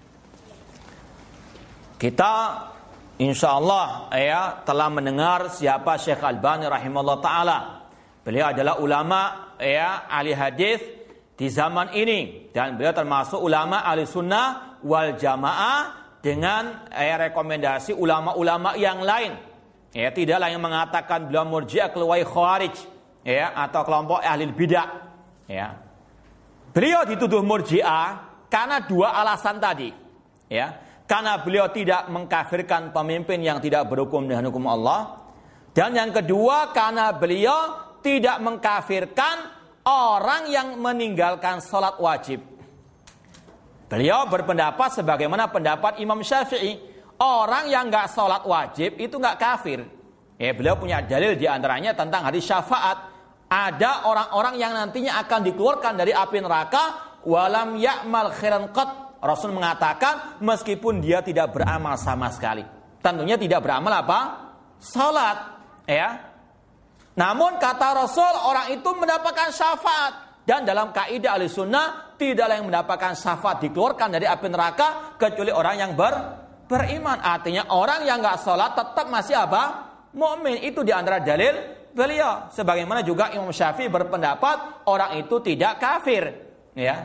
Kita insyaallah ya telah mendengar siapa Syekh Albani rahimahullah taala. Beliau adalah ulama ya ahli hadis di zaman ini dan beliau termasuk ulama ahli sunnah wal jamaah dengan eh, rekomendasi ulama-ulama yang lain. Ya, tidaklah yang mengatakan beliau Murji'ah keluar Khawarij ya atau kelompok ahli bidah. Ya. Beliau dituduh Murji'ah karena dua alasan tadi. Ya. Karena beliau tidak mengkafirkan pemimpin yang tidak berhukum dengan hukum Allah. Dan yang kedua karena beliau tidak mengkafirkan orang yang meninggalkan sholat wajib. Beliau berpendapat sebagaimana pendapat Imam Syafi'i. Orang yang gak sholat wajib itu gak kafir. Ya, beliau punya dalil diantaranya tentang hadis syafaat. Ada orang-orang yang nantinya akan dikeluarkan dari api neraka. Walam ya'mal khairan qat. Rasul mengatakan meskipun dia tidak beramal sama sekali. Tentunya tidak beramal apa? Salat. Ya. Namun kata Rasul orang itu mendapatkan syafaat. Dan dalam kaidah Ahlussunnah tidak ada yang mendapatkan syafaat dikeluarkan dari api neraka kecuali orang yang ber, beriman. Artinya orang yang nggak sholat tetap masih apa? Mukmin. Itu di antara dalil beliau. Sebagaimana juga Imam Syafi'i berpendapat orang itu tidak kafir. Ya.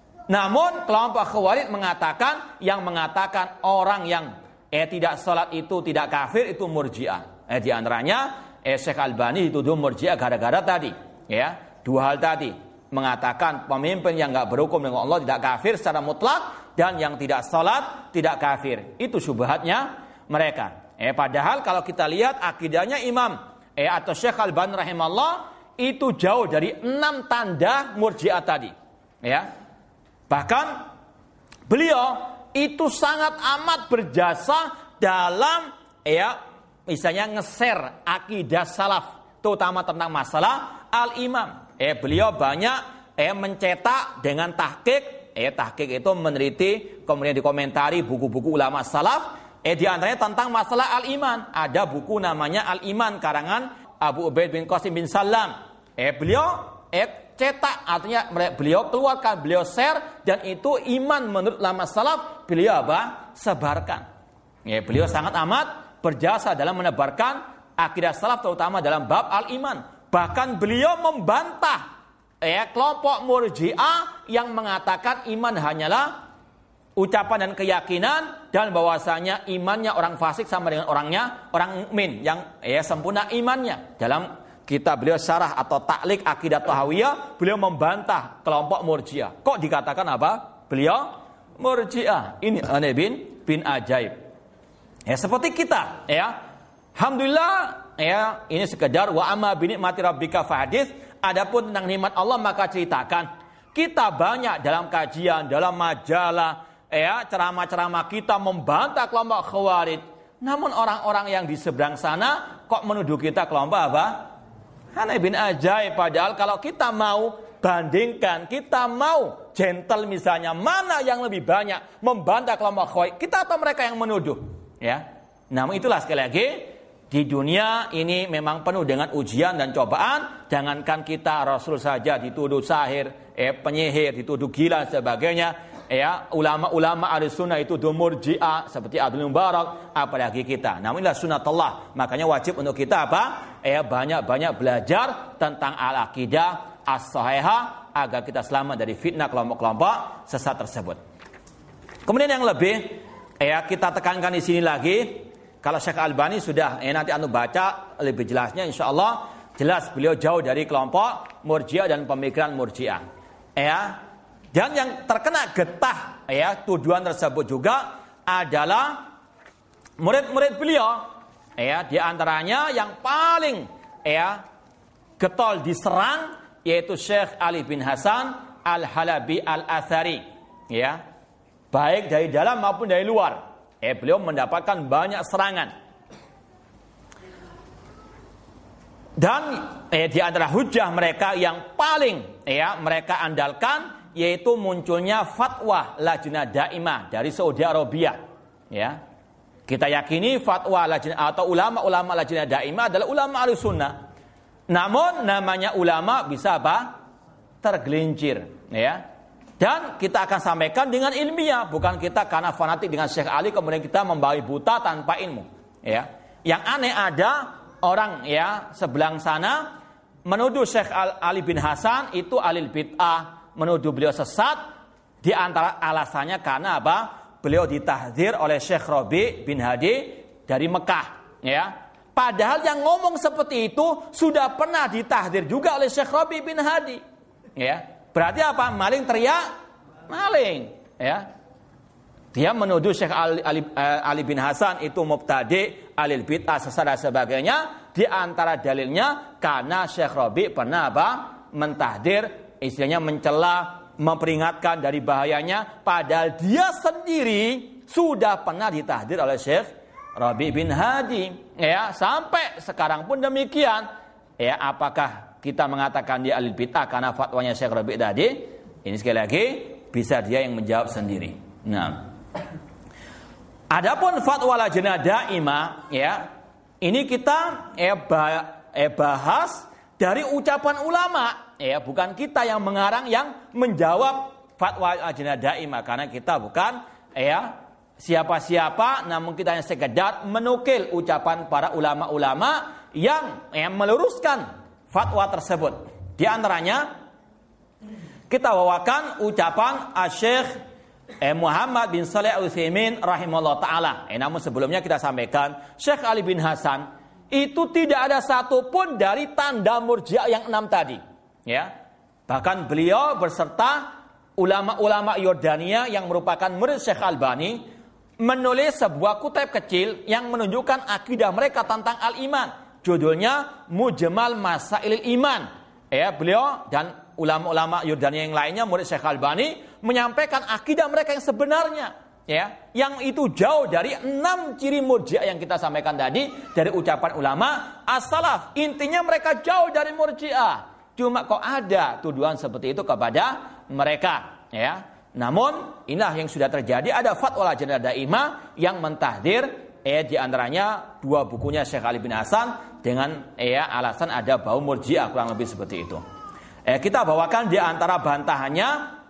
Namun kelompok Khawarij mengatakan yang mengatakan orang yang eh tidak sholat itu tidak kafir itu Murji'ah. Eh di antaranya eh Syekh Albani dituduh Murji'ah gara-gara tadi. Ya, dua hal tadi. Mengatakan pemimpin yang enggak berhukum dengan Allah tidak kafir secara mutlak dan yang tidak salat tidak kafir. Itu syubhatnya mereka. Eh padahal kalau kita lihat akidahnya Imam eh atau Syekh Al-Albani rahimahullah itu jauh dari enam tanda Murji'ah tadi. Ya. Bahkan beliau itu sangat amat berjasa dalam ya misalnya nge-share akidah salaf terutama tentang masalah al-imam. Eh beliau banyak eh mencetak dengan tahqiq, eh tahqiq itu meneliti kemudian dikomentari buku-buku ulama salaf, eh di antaranya tentang masalah al-iman. Ada buku namanya Al-Iman karangan Abu Ubaid bin Qasim bin Salam. Eh beliau eh cetak artinya beliau keluarkan, beliau share dan itu iman menurut ulama salaf beliau apa? Sebarkan. Eh beliau sangat amat berjasa dalam menebarkan akidah salaf terutama dalam bab al-iman. Bahkan beliau membantah ya kelompok Murji'ah yang mengatakan iman hanyalah ucapan dan keyakinan dan bahwasanya imannya orang fasik sama dengan orangnya orang mukmin yang ya sempurna imannya. Dalam kitab beliau Syarah atau Ta'liq Aqidah Thahawiyah beliau membantah kelompok Murji'ah. Kok dikatakan apa? Beliau Murji'ah. Ini aneh bin bin ajaib. Ya seperti kita ya. Alhamdulillah ya, ini sekedar wa amma bi ni'mati rabbika fahadits. Adapun tentang nikmat Allah maka ceritakan. Kita banyak dalam kajian, dalam majalah, ya, ceramah-ceramah kita membantah kelompok Khawarij. Namun orang-orang yang di seberang sana kok menuduh kita kelompok apa? Aneh bin ajaib. Padahal kalau kita mau bandingkan, kita mau gentle misalnya, mana yang lebih banyak membantah kelompok Khawarij? Kita atau mereka yang menuduh? Ya. Namun itulah sekali lagi di dunia ini memang penuh dengan ujian dan cobaan. Jangankan kita, Rasul saja dituduh sahir, eh, penyihir, dituduh gila dan sebagainya. Ya, ulama-ulama ahli sunnah itu Murji'ah seperti Abdul Mubarak, apalagi kita. Namun inilah sunnatullah. Makanya wajib untuk kita apa? Eh, banyak-banyak belajar tentang al-aqidah as-sahihah agar kita selamat dari fitnah kelompok-kelompok sesat tersebut. Kemudian yang lebih, ya kita tekankan di sini lagi. Kalau Syekh Albani sudah, eh, nanti anu baca lebih jelasnya insya Allah. Jelas beliau jauh dari kelompok Murji'ah dan pemikiran Murji'ah. Ya. Dan yang terkena getah ya tuduhan tersebut juga adalah murid-murid beliau. Ya, di antaranya yang paling ya getol diserang yaitu Syekh Ali bin Hasan Al-Halabi Al-Athari. Ya. Baik dari dalam maupun dari luar. Eh, beliau mendapatkan banyak serangan. Dan eh, di antara hujah mereka yang paling ya mereka andalkan yaitu munculnya fatwa Lajnah Daimah dari Saudi Arabia. Ya. Kita yakini fatwa Lajnah atau ulama-ulama Lajnah Daimah adalah ulama Ahlussunnah. Namun namanya ulama bisa apa? Tergelincir, ya. Dan kita akan sampaikan dengan ilmiah, bukan kita karena fanatik dengan Syekh Ali kemudian kita membawi buta tanpa ilmu. Ya, yang aneh ada orang ya sebelah sana menuduh Syekh Ali bin Hasan itu alil bid'ah, menuduh beliau sesat. Di antara alasannya karena apa? Beliau ditahdzir oleh Syekh Rabi bin Hadi dari Mekah. Ya, padahal yang ngomong seperti itu sudah pernah ditahdzir juga oleh Syekh Rabi bin Hadi. Ya. Berarti apa? Maling teriak, maling. Ya, dia menuduh Syekh Ali, Ali, Ali bin Hasan itu mubtadi, alil bid'ah, sesat dan sebagainya. Di antara dalilnya karena Syekh Rabi pernah apa? Mentahdir, istilahnya mencela, memperingatkan dari bahayanya. Padahal dia sendiri sudah pernah ditahdir oleh Syekh Rabi bin Hadi. Ya, sampai sekarang pun demikian. Ya, apakah kita mengatakan dia alil bid'ah karena fatwanya Syekh Rabi' tadi? Ini sekali lagi bisa dia yang menjawab sendiri. Nah, adapun fatwa Lajnah Daimah, ya, ini kita eh, bahas dari ucapan ulama, ya, bukan kita yang mengarang yang menjawab fatwa Lajnah Daimah, karena kita bukan ya siapa-siapa, namun kita hanya sekedar menukil ucapan para ulama-ulama yang, yang meluruskan fatwa tersebut. Di antaranya kita bawakan ucapan Syekh eh, Muhammad bin Shalih Al-Utsaimin rahimahullah taala. Eh, namun sebelumnya kita sampaikan Syekh Ali bin Hasan itu tidak ada satupun dari tanda murji'ah yang enam tadi. Ya, bahkan beliau berserta ulama-ulama Yordania yang merupakan murid Syekh Albani menulis sebuah kutip kecil yang menunjukkan akidah mereka tentang al-iman. Judulnya Mujmal Masailil Iman. Ya, beliau dan ulama-ulama Yordania yang lainnya murid Syekh Albani menyampaikan akidah mereka yang sebenarnya, ya, yang itu jauh dari enam ciri murji'ah yang kita sampaikan tadi dari ucapan ulama as-salaf. Intinya mereka jauh dari murji'ah. Cuma kok ada tuduhan seperti itu kepada mereka, ya. Namun inilah yang sudah terjadi, ada fatwa Lajnah Daimah yang mentahdir eh di antaranya dua bukunya Syekh Ali bin Hasan dengan eh alasan ada bau murji'ah, kurang lebih seperti itu. Eh kita bawakan di antara bantahannya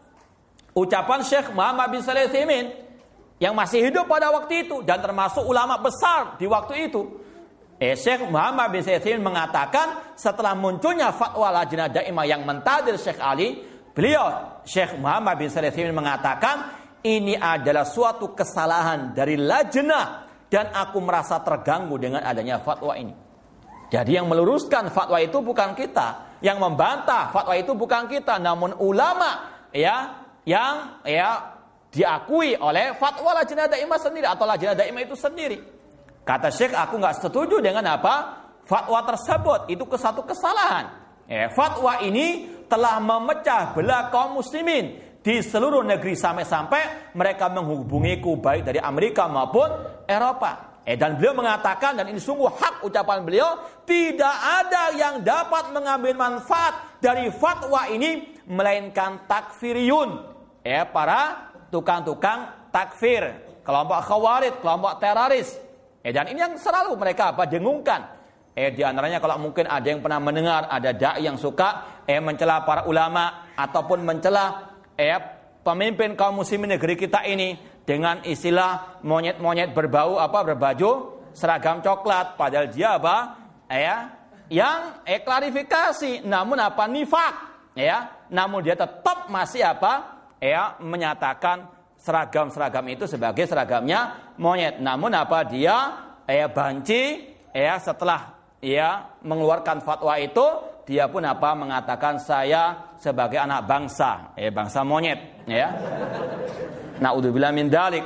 ucapan Syekh Muhammad bin Shalih Al-Utsaimin yang masih hidup pada waktu itu dan termasuk ulama besar di waktu itu. Eh Syekh Muhammad bin Shalih Al-Utsaimin mengatakan setelah munculnya fatwa Lajnah Daimah yang mentahdir Syekh Ali, beliau, Syekh Muhammad bin Shalih Al-Utsaimin mengatakan, ini adalah suatu kesalahan dari lajnah dan aku merasa terganggu dengan adanya fatwa ini. Jadi yang meluruskan fatwa itu bukan kita, yang membantah fatwa itu bukan kita, namun ulama ya yang ya diakui oleh fatwa Lajnah Daimah sendiri atau Lajnah Daimah itu sendiri. Kata Syekh, aku nggak setuju dengan apa fatwa tersebut, itu ke satu kesalahan. Ya, fatwa ini telah memecah belah kaum muslimin di seluruh negeri sampai-sampai mereka menghubungiku baik dari Amerika maupun Eropa. Eh, dan beliau mengatakan, dan ini sungguh hak ucapan beliau, tidak ada yang dapat mengambil manfaat dari fatwa ini melainkan takfiriyun, eh, para tukang-tukang takfir, kelompok khawarij, kelompok teroris. Eh, dan ini yang selalu mereka apa dengungkan. Eh di antaranya kalau mungkin ada yang pernah mendengar ada dai yang suka eh mencela para ulama ataupun mencela eh pemimpin kaum muslimin negeri kita ini dengan istilah monyet-monyet berbau apa berbaju seragam coklat, padahal dia apa eh yang eh klarifikasi namun apa nifak ya, namun dia tetap masih apa eh menyatakan seragam-seragam itu sebagai seragamnya monyet, namun apa dia eh banci eh setelah ia mengeluarkan fatwa itu, dia pun apa mengatakan saya sebagai anak bangsa, eh bangsa monyet, ya. Naudzubillah min dzalik.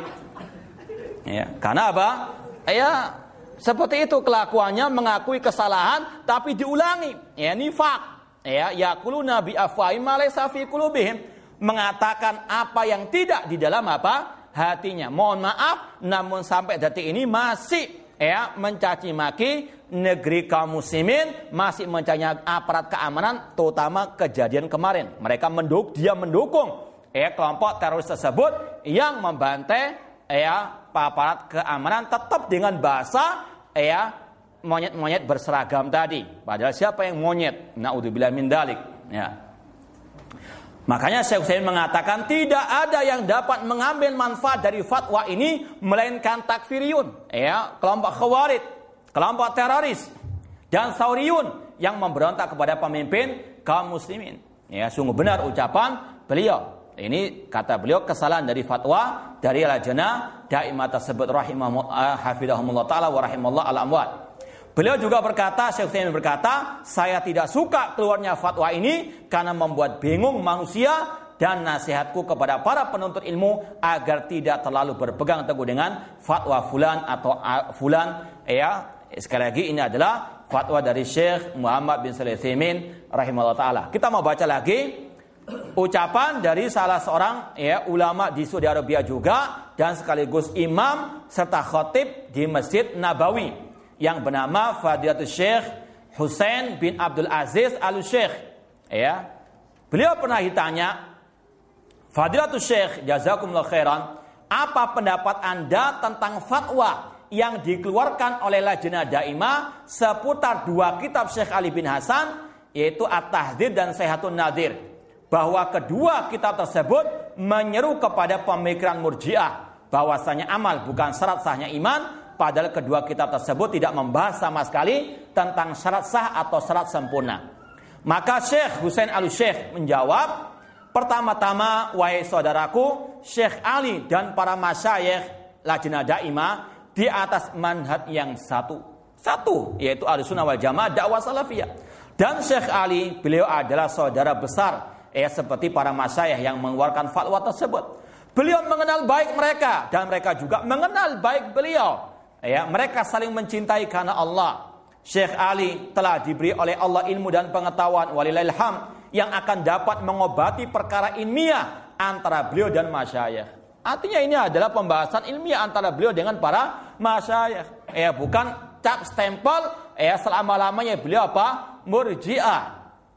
Ya, karena apa? Ya, seperti itu kelakuannya, mengakui kesalahan tapi diulangi. Ya, nifak. Ya, yaquluna bi afwahihim ma laysa fi qulubihim, mengatakan apa yang tidak di dalam apa? Hatinya. Mohon maaf, namun sampai detik ini masih ya mencaci maki negeri kaum muslimin, masih mencaci aparat keamanan, terutama kejadian kemarin. Mereka mendukung, dia mendukung ya kelompok teroris tersebut yang membantai ya aparat keamanan tetap dengan bahasa ya monyet-monyet berseragam tadi. Padahal siapa yang monyet? Naudzubillah min dzalik. Ya. Makanya Syekh Utsaimin mengatakan tidak ada yang dapat mengambil manfaat dari fatwa ini melainkan takfiriyun, ya, kelompok khawarij, kelompok teroris dan sauriyun yang memberontak kepada pemimpin kaum muslimin. Ya, sungguh benar ucapan beliau. Ini kata beliau kesalahan dari fatwa dari Lajnah Daimah tersebut rahimahullah hafizahumullah taala wa rahimallahu al-amwat. Beliau juga berkata, Syekh Utsaimin berkata, saya tidak suka keluarnya fatwa ini karena membuat bingung manusia, dan nasihatku kepada para penuntut ilmu agar tidak terlalu berpegang teguh dengan fatwa fulan atau fulan. Ya, sekali lagi ini adalah fatwa dari Syekh Muhammad bin Shalih Al-Utsaimin rahimahullah taala. Kita mau baca lagi ucapan dari salah seorang ya ulama di Saudi Arabia juga dan sekaligus imam serta khatib di Masjid Nabawi yang bernama Fadilatul Syekh Husain bin Abdul Aziz Al-Syekh. Ya. Beliau pernah ditanya, Fadilatul Syekh jazakumullah khairan, apa pendapat Anda tentang fatwa yang dikeluarkan oleh Lajnah Daimah seputar dua kitab Syekh Ali bin Hasan, yaitu At-Tahdhir dan Sayhatun Nadhir, bahwa kedua kitab tersebut menyeru kepada pemikiran Murji'ah bahwasanya amal bukan syarat sahnya iman, padahal kedua kitab tersebut tidak membahas sama sekali tentang syarat sah atau syarat sempurna. Maka Syekh Husain Al-Syekh menjawab, pertama-tama wahai saudaraku, Syekh Ali dan para masyayikh Lajnah Daimah di atas manhaj yang satu. Satu, yaitu Ahlussunnah wal Jamaah dakwah salafiyah. Dan Syekh Ali, beliau adalah saudara besar, ya seperti para masyayikh yang mengeluarkan fatwa tersebut. Beliau mengenal baik mereka dan mereka juga mengenal baik beliau. Ya, mereka saling mencintai karena Allah. Syekh Ali telah diberi oleh Allah ilmu dan pengetahuan walillahil hamd yang akan dapat mengobati perkara ilmiah antara beliau dan masyayikh. Artinya ini adalah pembahasan ilmiah antara beliau dengan para masyayikh. Ya, bukan cap stempel ya selama-lamanya beliau apa? Murji'ah.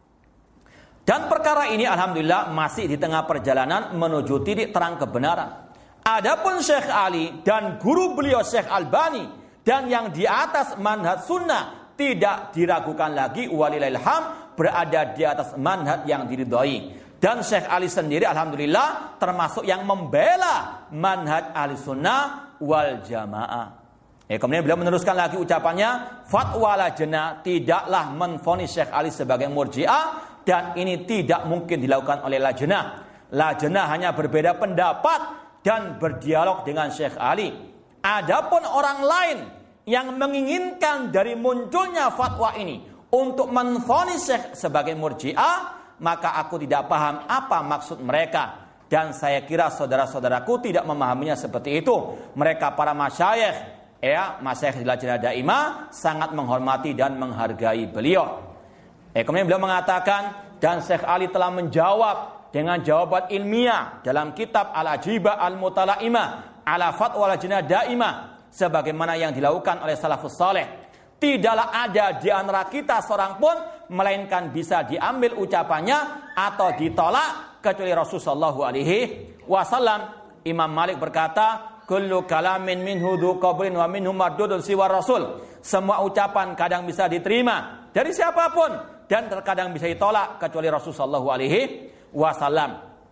Dan perkara ini alhamdulillah masih di tengah perjalanan menuju titik terang kebenaran. Adapun Syekh Ali dan guru beliau Syekh Albani dan yang di atas manhaj sunnah tidak diragukan lagi walillahil hamd berada di atas manhaj yang diridhoi. Dan Syekh Ali sendiri alhamdulillah termasuk yang membela manhaj ahli sunnah wal jamaah. Eh, kemudian beliau meneruskan lagi ucapannya, fatwa lajnah tidaklah menvonis Syekh Ali sebagai murji'ah dan ini tidak mungkin dilakukan oleh lajnah. Lajnah hanya berbeda pendapat dan berdialog dengan Syekh Ali. Adapun orang lain yang menginginkan dari munculnya fatwa ini untuk menvonis Syekh sebagai murji'ah, maka aku tidak paham apa maksud mereka. Dan saya kira saudara-saudaraku tidak memahaminya seperti itu. Mereka para masyayikh, ya, masyayikh di Lajnah Daimah sangat menghormati dan menghargai beliau. Eh, kemudian beliau mengatakan, dan Syekh Ali telah menjawab dengan jawaban ilmiah dalam kitab Al-Ajibah Al-Mutala'imah ala Fatwa Lajnah Daimah sebagaimana yang dilakukan oleh salafus saleh. Tidaklah ada di antara kita seorang pun melainkan bisa diambil ucapannya atau ditolak kecuali Rasulullah sallallahu alaihi wasallam. Imam Malik berkata, kullu kalamin minhu dzu qabrin wa minhu mardudun siwa rasul. Semua ucapan kadang bisa diterima dari siapapun dan terkadang bisa ditolak kecuali Rasulullah sallallahu alaihi wasallam.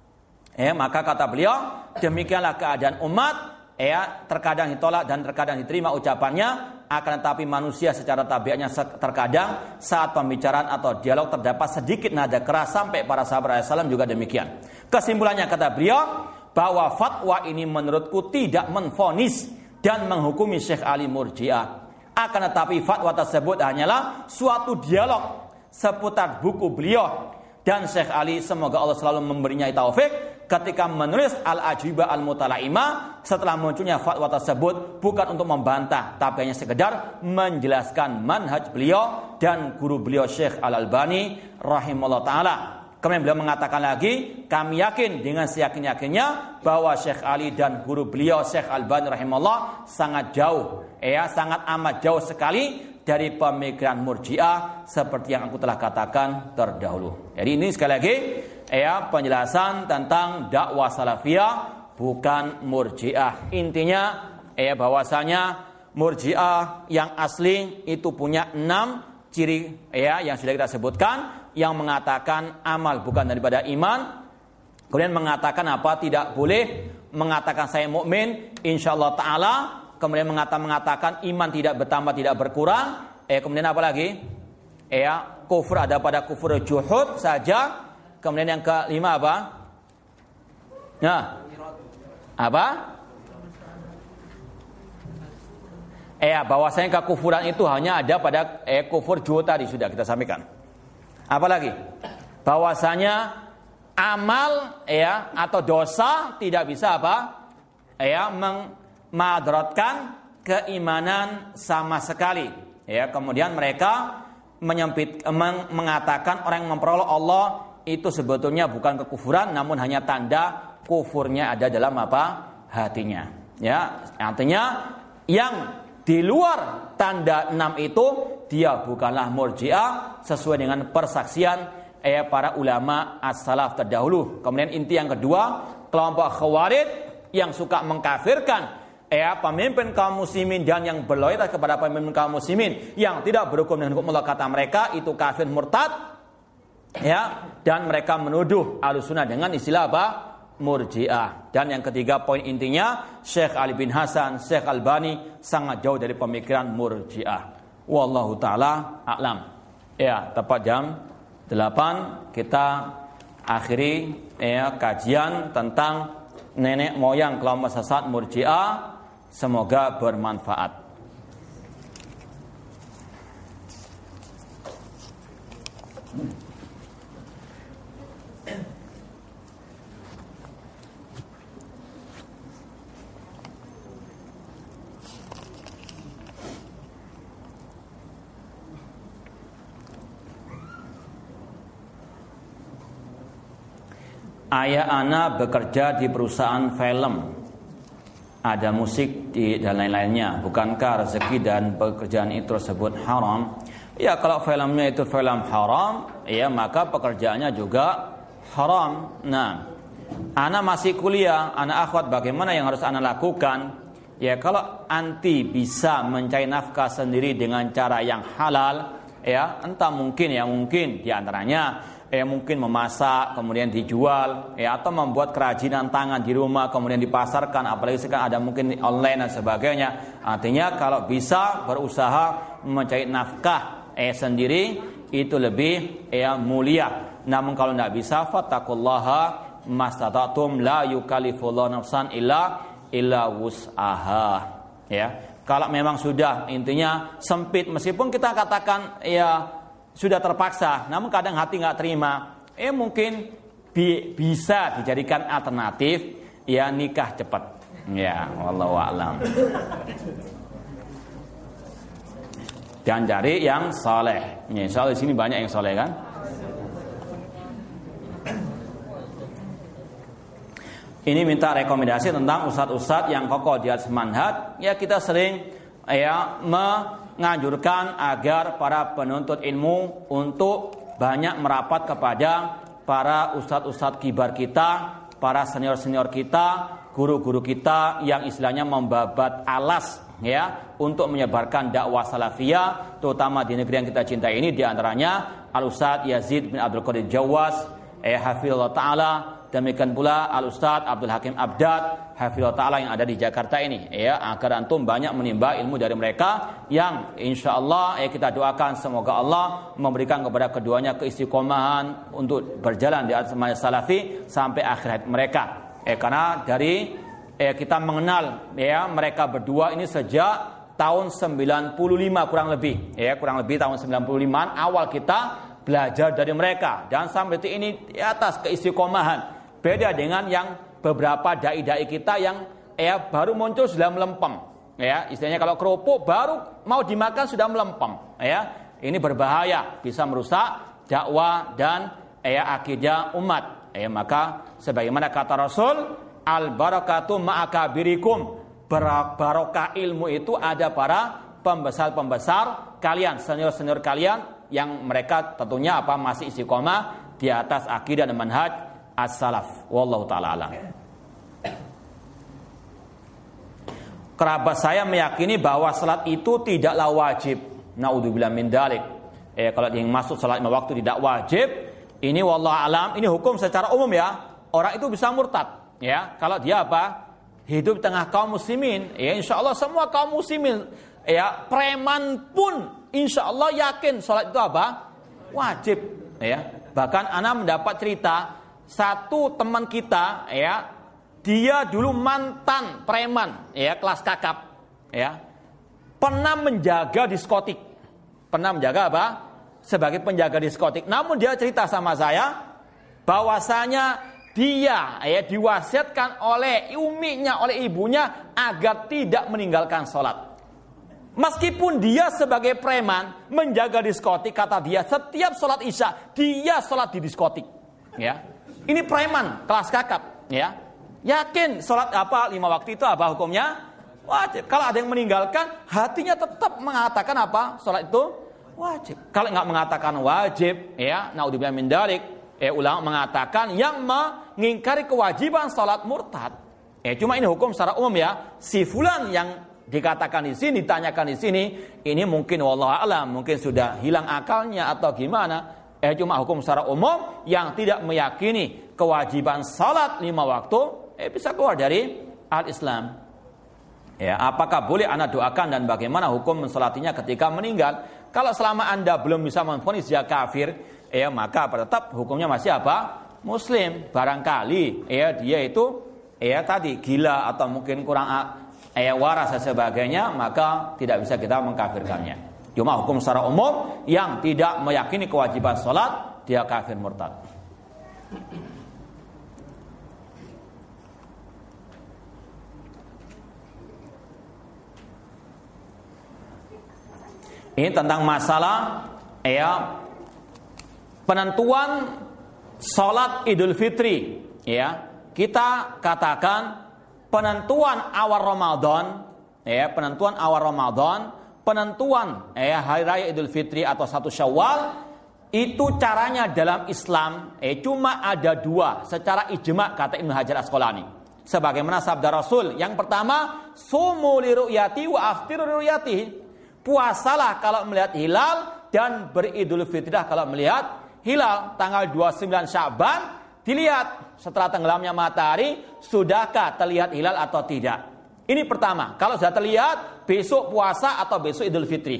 Eh, maka kata beliau, demikianlah keadaan umat, ya, terkadang ditolak dan terkadang diterima ucapannya. Akan tetapi manusia secara tabiatnya terkadang saat pembicaraan atau dialog terdapat sedikit nada keras sampai para sahabat Rasulullah juga demikian. Kesimpulannya kata beliau bahwa fatwa ini menurutku tidak menvonis dan menghukumi Syekh Ali Murji'ah. Akan tetapi fatwa tersebut hanyalah suatu dialog seputar buku beliau dan Syekh Ali semoga Allah selalu memberinya taufik ketika menulis Al-Ajibah Al-Mutala'imah setelah munculnya fatwa tersebut bukan untuk membantah tapi hanya sekedar menjelaskan manhaj beliau dan guru beliau Syekh Al-Albani rahimahullah ta'ala. Kemudian beliau mengatakan lagi, kami yakin dengan seyakin-yakinnya bahwa Syekh Ali dan guru beliau Syekh Al-Albani rahimahullah sangat jauh, ya sangat amat jauh sekali dari pemikiran Murji'ah seperti yang aku telah katakan terdahulu. Jadi ini sekali lagi ya penjelasan tentang dakwah salafiyah bukan Murji'ah. Intinya ya bahwasanya Murji'ah yang asli itu punya enam ciri ya yang sudah kita sebutkan, yang mengatakan amal bukan daripada iman. Kemudian mengatakan apa? Tidak boleh mengatakan saya mukmin insyaallah taala. Kemudian mengatakan mengatakan iman tidak bertambah tidak berkurang. Eh kemudian apa lagi? Eh ya, kufur ada pada kufur juhud saja. Kemudian yang kelima apa? Nah, apa? Eh ya, bahwasanya kekufuran itu hanya ada pada eh kufur juhud tadi sudah kita sampaikan. Apa lagi? Bahwasanya amal ya atau dosa tidak bisa apa? Eh ya, meng madaratkan keimanan sama sekali. Ya, kemudian mereka menyempit meng, mengatakan orang yang memperoleh Allah itu sebetulnya bukan kekufuran namun hanya tanda kufurnya ada dalam apa? Hatinya. Ya, artinya yang di luar tanda enam itu dia bukanlah murji'ah sesuai dengan persaksian eh, para ulama as-salaf terdahulu. Kemudian inti yang kedua, kelompok khawarij yang suka mengkafirkan ya pemimpin kaum muslimin dan yang berloyalitas kepada pemimpin kaum muslimin yang tidak berhukum dengan hukum Allah, kata mereka itu kafir murtad ya, dan mereka menuduh Ahlussunnah dengan istilah apa? Murji'ah. Dan yang ketiga poin intinya, Syekh Ali bin Hasan, Syekh Albani sangat jauh dari pemikiran Murji'ah. Wallahu taala a'lam. Ya, tepat jam delapan kita akhiri ya kajian tentang nenek moyang kelompok sesat Murji'ah. Semoga bermanfaat. Ayah ana bekerja di perusahaan film, ada musik di, dan lain-lainnya. Bukankah rezeki dan pekerjaan itu tersebut haram? Ya, kalau filmnya itu film haram, ya maka pekerjaannya juga haram. Nah, ana masih kuliah, ana akhwat, bagaimana yang harus ana lakukan? Ya, kalau anti bisa mencari nafkah sendiri dengan cara yang halal, ya entah mungkin ya mungkin diantaranya ya mungkin memasak kemudian dijual ya atau membuat kerajinan tangan di rumah kemudian dipasarkan, apalagi sekarang ada mungkin online dan sebagainya. Artinya kalau bisa berusaha mencari nafkah eh sendiri itu lebih ya mulia. Namun kalau tidak bisa, fattaqullaha mastata'tum, la yukallifullahu nafsan illa illa wus'aha. Ya, kalau memang sudah intinya sempit, meskipun kita katakan ya sudah terpaksa, namun kadang hati nggak terima, eh mungkin bi- bisa dijadikan alternatif ya nikah cepat. Ya, wallahu a'lam. Dan cari yang saleh. Ya, soal di sini banyak yang saleh kan? Ini minta rekomendasi tentang ustadz-ustadz yang kokoh di atas manhaj. Ya, kita sering ya menganjurkan agar para penuntut ilmu untuk banyak merapat kepada para ustadz-ustadz kibar kita, para senior-senior kita, guru-guru kita yang istilahnya membabat alas ya untuk menyebarkan dakwah salafiyah terutama di negeri yang kita cintai ini, di antaranya Al-Ustadz Yazid bin Abdul Qadir Jawas eh hafizallahu taala, demikian pula Al-Ustadz Abdul Hakim Abdad hafizallahu taala yang ada di Jakarta ini ya, agar antum banyak menimba ilmu dari mereka yang insyaallah ya kita doakan semoga Allah memberikan kepada keduanya keistiqomahan untuk berjalan di atas manhaj salafi sampai akhirat mereka. Eh karena dari eh kita mengenal ya mereka berdua ini sejak tahun sembilan puluh lima kurang lebih ya, kurang lebih tahun sembilan puluh lima awal kita belajar dari mereka dan sampai detik ini di atas keistiqomahan. Beda dengan yang beberapa dai-dai kita yang ya baru muncul sudah melempem. Ya, istilahnya kalau kerupuk baru mau dimakan sudah melempem. Ya, ini berbahaya, bisa merusak dakwah dan ya akidah umat. Ya, maka sebagaimana kata Rasul, al barakatu ma'akabirikum. Barokah ilmu itu ada para pembesar-pembesar kalian, senior-senior kalian yang mereka tentunya apa masih istiqomah di atas akidah dan manhaj as-salaf. Wallahu ta'ala alam. Kerabat saya meyakini bahwa salat itu tidaklah wajib. Naudzubillah min dzalik. Eh kalau yang masuk salat lima waktu tidak wajib, ini wallahu alam, ini hukum secara umum ya. Orang itu bisa murtad ya kalau dia apa? Hidup di tengah kaum muslimin. Ya insyaallah semua kaum muslimin ya, preman pun insyaallah yakin salat itu apa? Wajib ya. Bahkan ana mendapat cerita satu teman kita ya, dia dulu mantan preman ya, kelas kakap ya, pernah menjaga diskotik, pernah menjaga apa? Sebagai penjaga diskotik. Namun dia cerita sama saya bahwasanya dia ya diwasiatkan oleh uminya, oleh ibunya agar tidak meninggalkan sholat. Meskipun dia sebagai preman menjaga diskotik, kata dia setiap sholat isya dia sholat di diskotik ya. Ini preman kelas kakap ya. Yakin sholat apa lima waktu itu apa hukumnya? Wajib. Kalau ada yang meninggalkan, hatinya tetap mengatakan apa? Sholat itu wajib. Kalau nggak mengatakan wajib, ya, naudzubillah min dzalik, eh ulama mengatakan yang mengingkari kewajiban sholat murtad. Eh cuma ini hukum secara umum ya. Si fulan yang dikatakan di sini, ditanyakan di sini, ini mungkin wallahu a'lam, mungkin sudah hilang akalnya atau gimana. Eh cuma hukum secara umum yang tidak meyakini kewajiban salat lima waktu, eh bisa keluar dari al-Islam. Ya, apakah boleh anak doakan dan bagaimana hukum mensolatinya ketika meninggal? Kalau selama Anda belum bisa memvonis dia kafir, ya maka tetap hukumnya masih apa? Muslim. Barangkali ya dia itu ya tadi gila atau mungkin kurang ya waras dan sebagainya, maka tidak bisa kita mengkafirkannya. Cuma hukum secara umum yang tidak meyakini kewajiban salat, dia kafir murtad. Ini tentang masalah ya penentuan salat Idul Fitri, ya. Kita katakan penentuan awal Ramadan, ya, penentuan awal Ramadan, penentuan ya hari raya Idul Fitri atau satu Syawal itu caranya dalam Islam eh cuma ada dua secara ijma kata Ibnu Hajar Asqalani. Sebagaimana sabda Rasul, yang pertama, sumu li ru'yati wa aftiru li ru'yati. Puasalah kalau melihat hilal dan beridul fitrah kalau melihat hilal. Tanggal dua puluh sembilan Sya'ban dilihat setelah tenggelamnya matahari, sudahkah terlihat hilal atau tidak. Ini pertama. Kalau sudah terlihat, besok puasa atau besok Idul Fitri.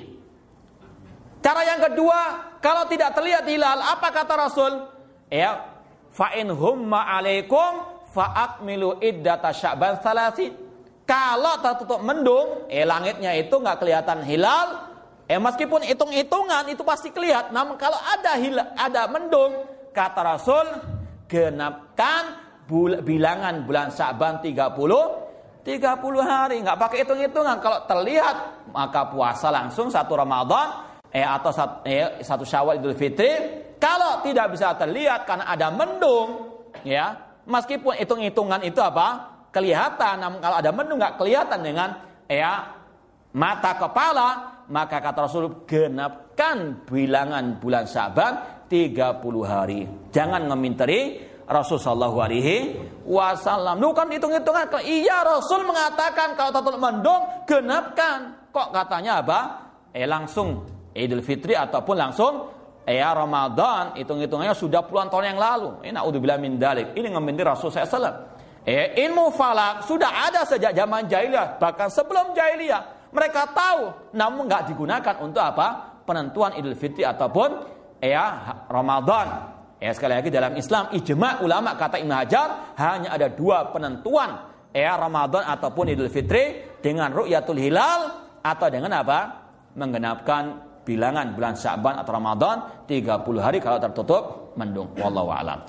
Cara yang kedua, kalau tidak terlihat hilal, apa kata Rasul? Ya, fa in humma alaikum fa akmilu iddata Sya'ban salasin. Kalau tertutup mendung, eh langitnya itu nggak kelihatan hilal, eh meskipun hitung-hitungan itu pasti kelihatan. Namun kalau ada hilal, ada mendung, kata Rasul, genapkan bul- bilangan bulan Sya'ban tiga puluh hari, nggak pakai hitung-hitungan. Kalau terlihat maka puasa langsung satu Ramadan, eh atau satu, eh, satu Syawal Idul Fitri. Kalau tidak bisa terlihat karena ada mendung, ya meskipun hitung-hitungan itu apa? Kelihatan, namun kalau ada mendung nggak kelihatan dengan ya mata kepala, maka kata Rasul genapkan bilangan bulan Sya'ban tiga puluh hari. Jangan ngeminteri Rasul sallallahu alaihi wasallam. Lu kan hitung-hitungan. Iya, Rasul mengatakan kalau tertutup mendung genapkan. Kok katanya apa? Eh langsung Idul Fitri ataupun langsung ya Ramadan, hitung-hitungannya sudah puluhan tahun yang lalu. Ini naudzubillah min dzalik. Ini ngeminteri Rasul sallallahu alaihi wasallam. Eh, ilmu falak sudah ada sejak zaman jahiliyah, bahkan sebelum jahiliyah mereka tahu, namun nggak digunakan untuk apa? Penentuan Idul Fitri ataupun ya Ramadan. Ya sekali lagi dalam Islam ijma ulama kata Ibnu Hajar hanya ada dua penentuan ya Ramadan ataupun Idul Fitri, dengan ru'yatul hilal atau dengan apa? Menggenapkan bilangan bulan Sya'ban atau Ramadan tiga puluh hari kalau tertutup mendung. Wallahu a'lam.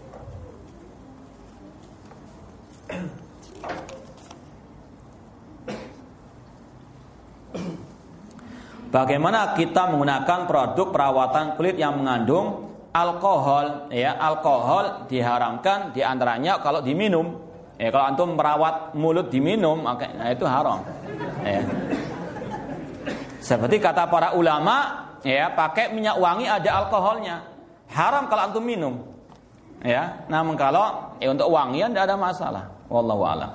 Bagaimana kita menggunakan produk perawatan kulit yang mengandung alkohol? Ya, alkohol diharamkan diantaranya kalau diminum. Ya, kalau antum merawat mulut diminum, maka nah itu haram. Ya. Seperti kata para ulama, ya pakai minyak wangi ada alkoholnya, haram kalau antum minum. Ya, namun kalau ya untuk wangian tidak ada masalah. Wallahu a'lam.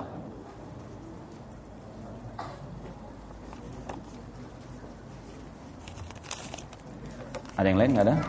Ada yang lain nggak ada?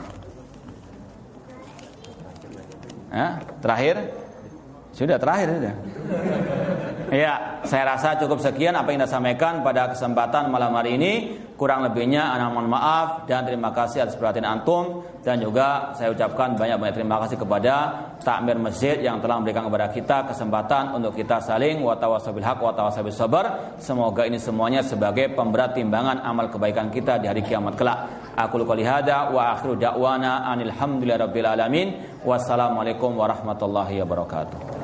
Ya, terakhir? Sudah terakhir sudah. Ya, saya rasa cukup sekian apa yang saya sampaikan pada kesempatan malam hari ini. Kurang lebihnya ana mohon maaf dan terima kasih atas perhatian antum, dan juga saya ucapkan banyak-banyak terima kasih kepada takmir masjid yang telah memberikan kepada kita kesempatan untuk kita saling wa tawassaw bil haq wa tawassaw bis sabr. Semoga ini semuanya sebagai pemberat timbangan amal kebaikan kita di hari kiamat kelak. Aku qouli hada wa akhiru da'wana anil hamdulillahi rabbil alamin. Wassalamualaikum warahmatullahi wabarakatuh.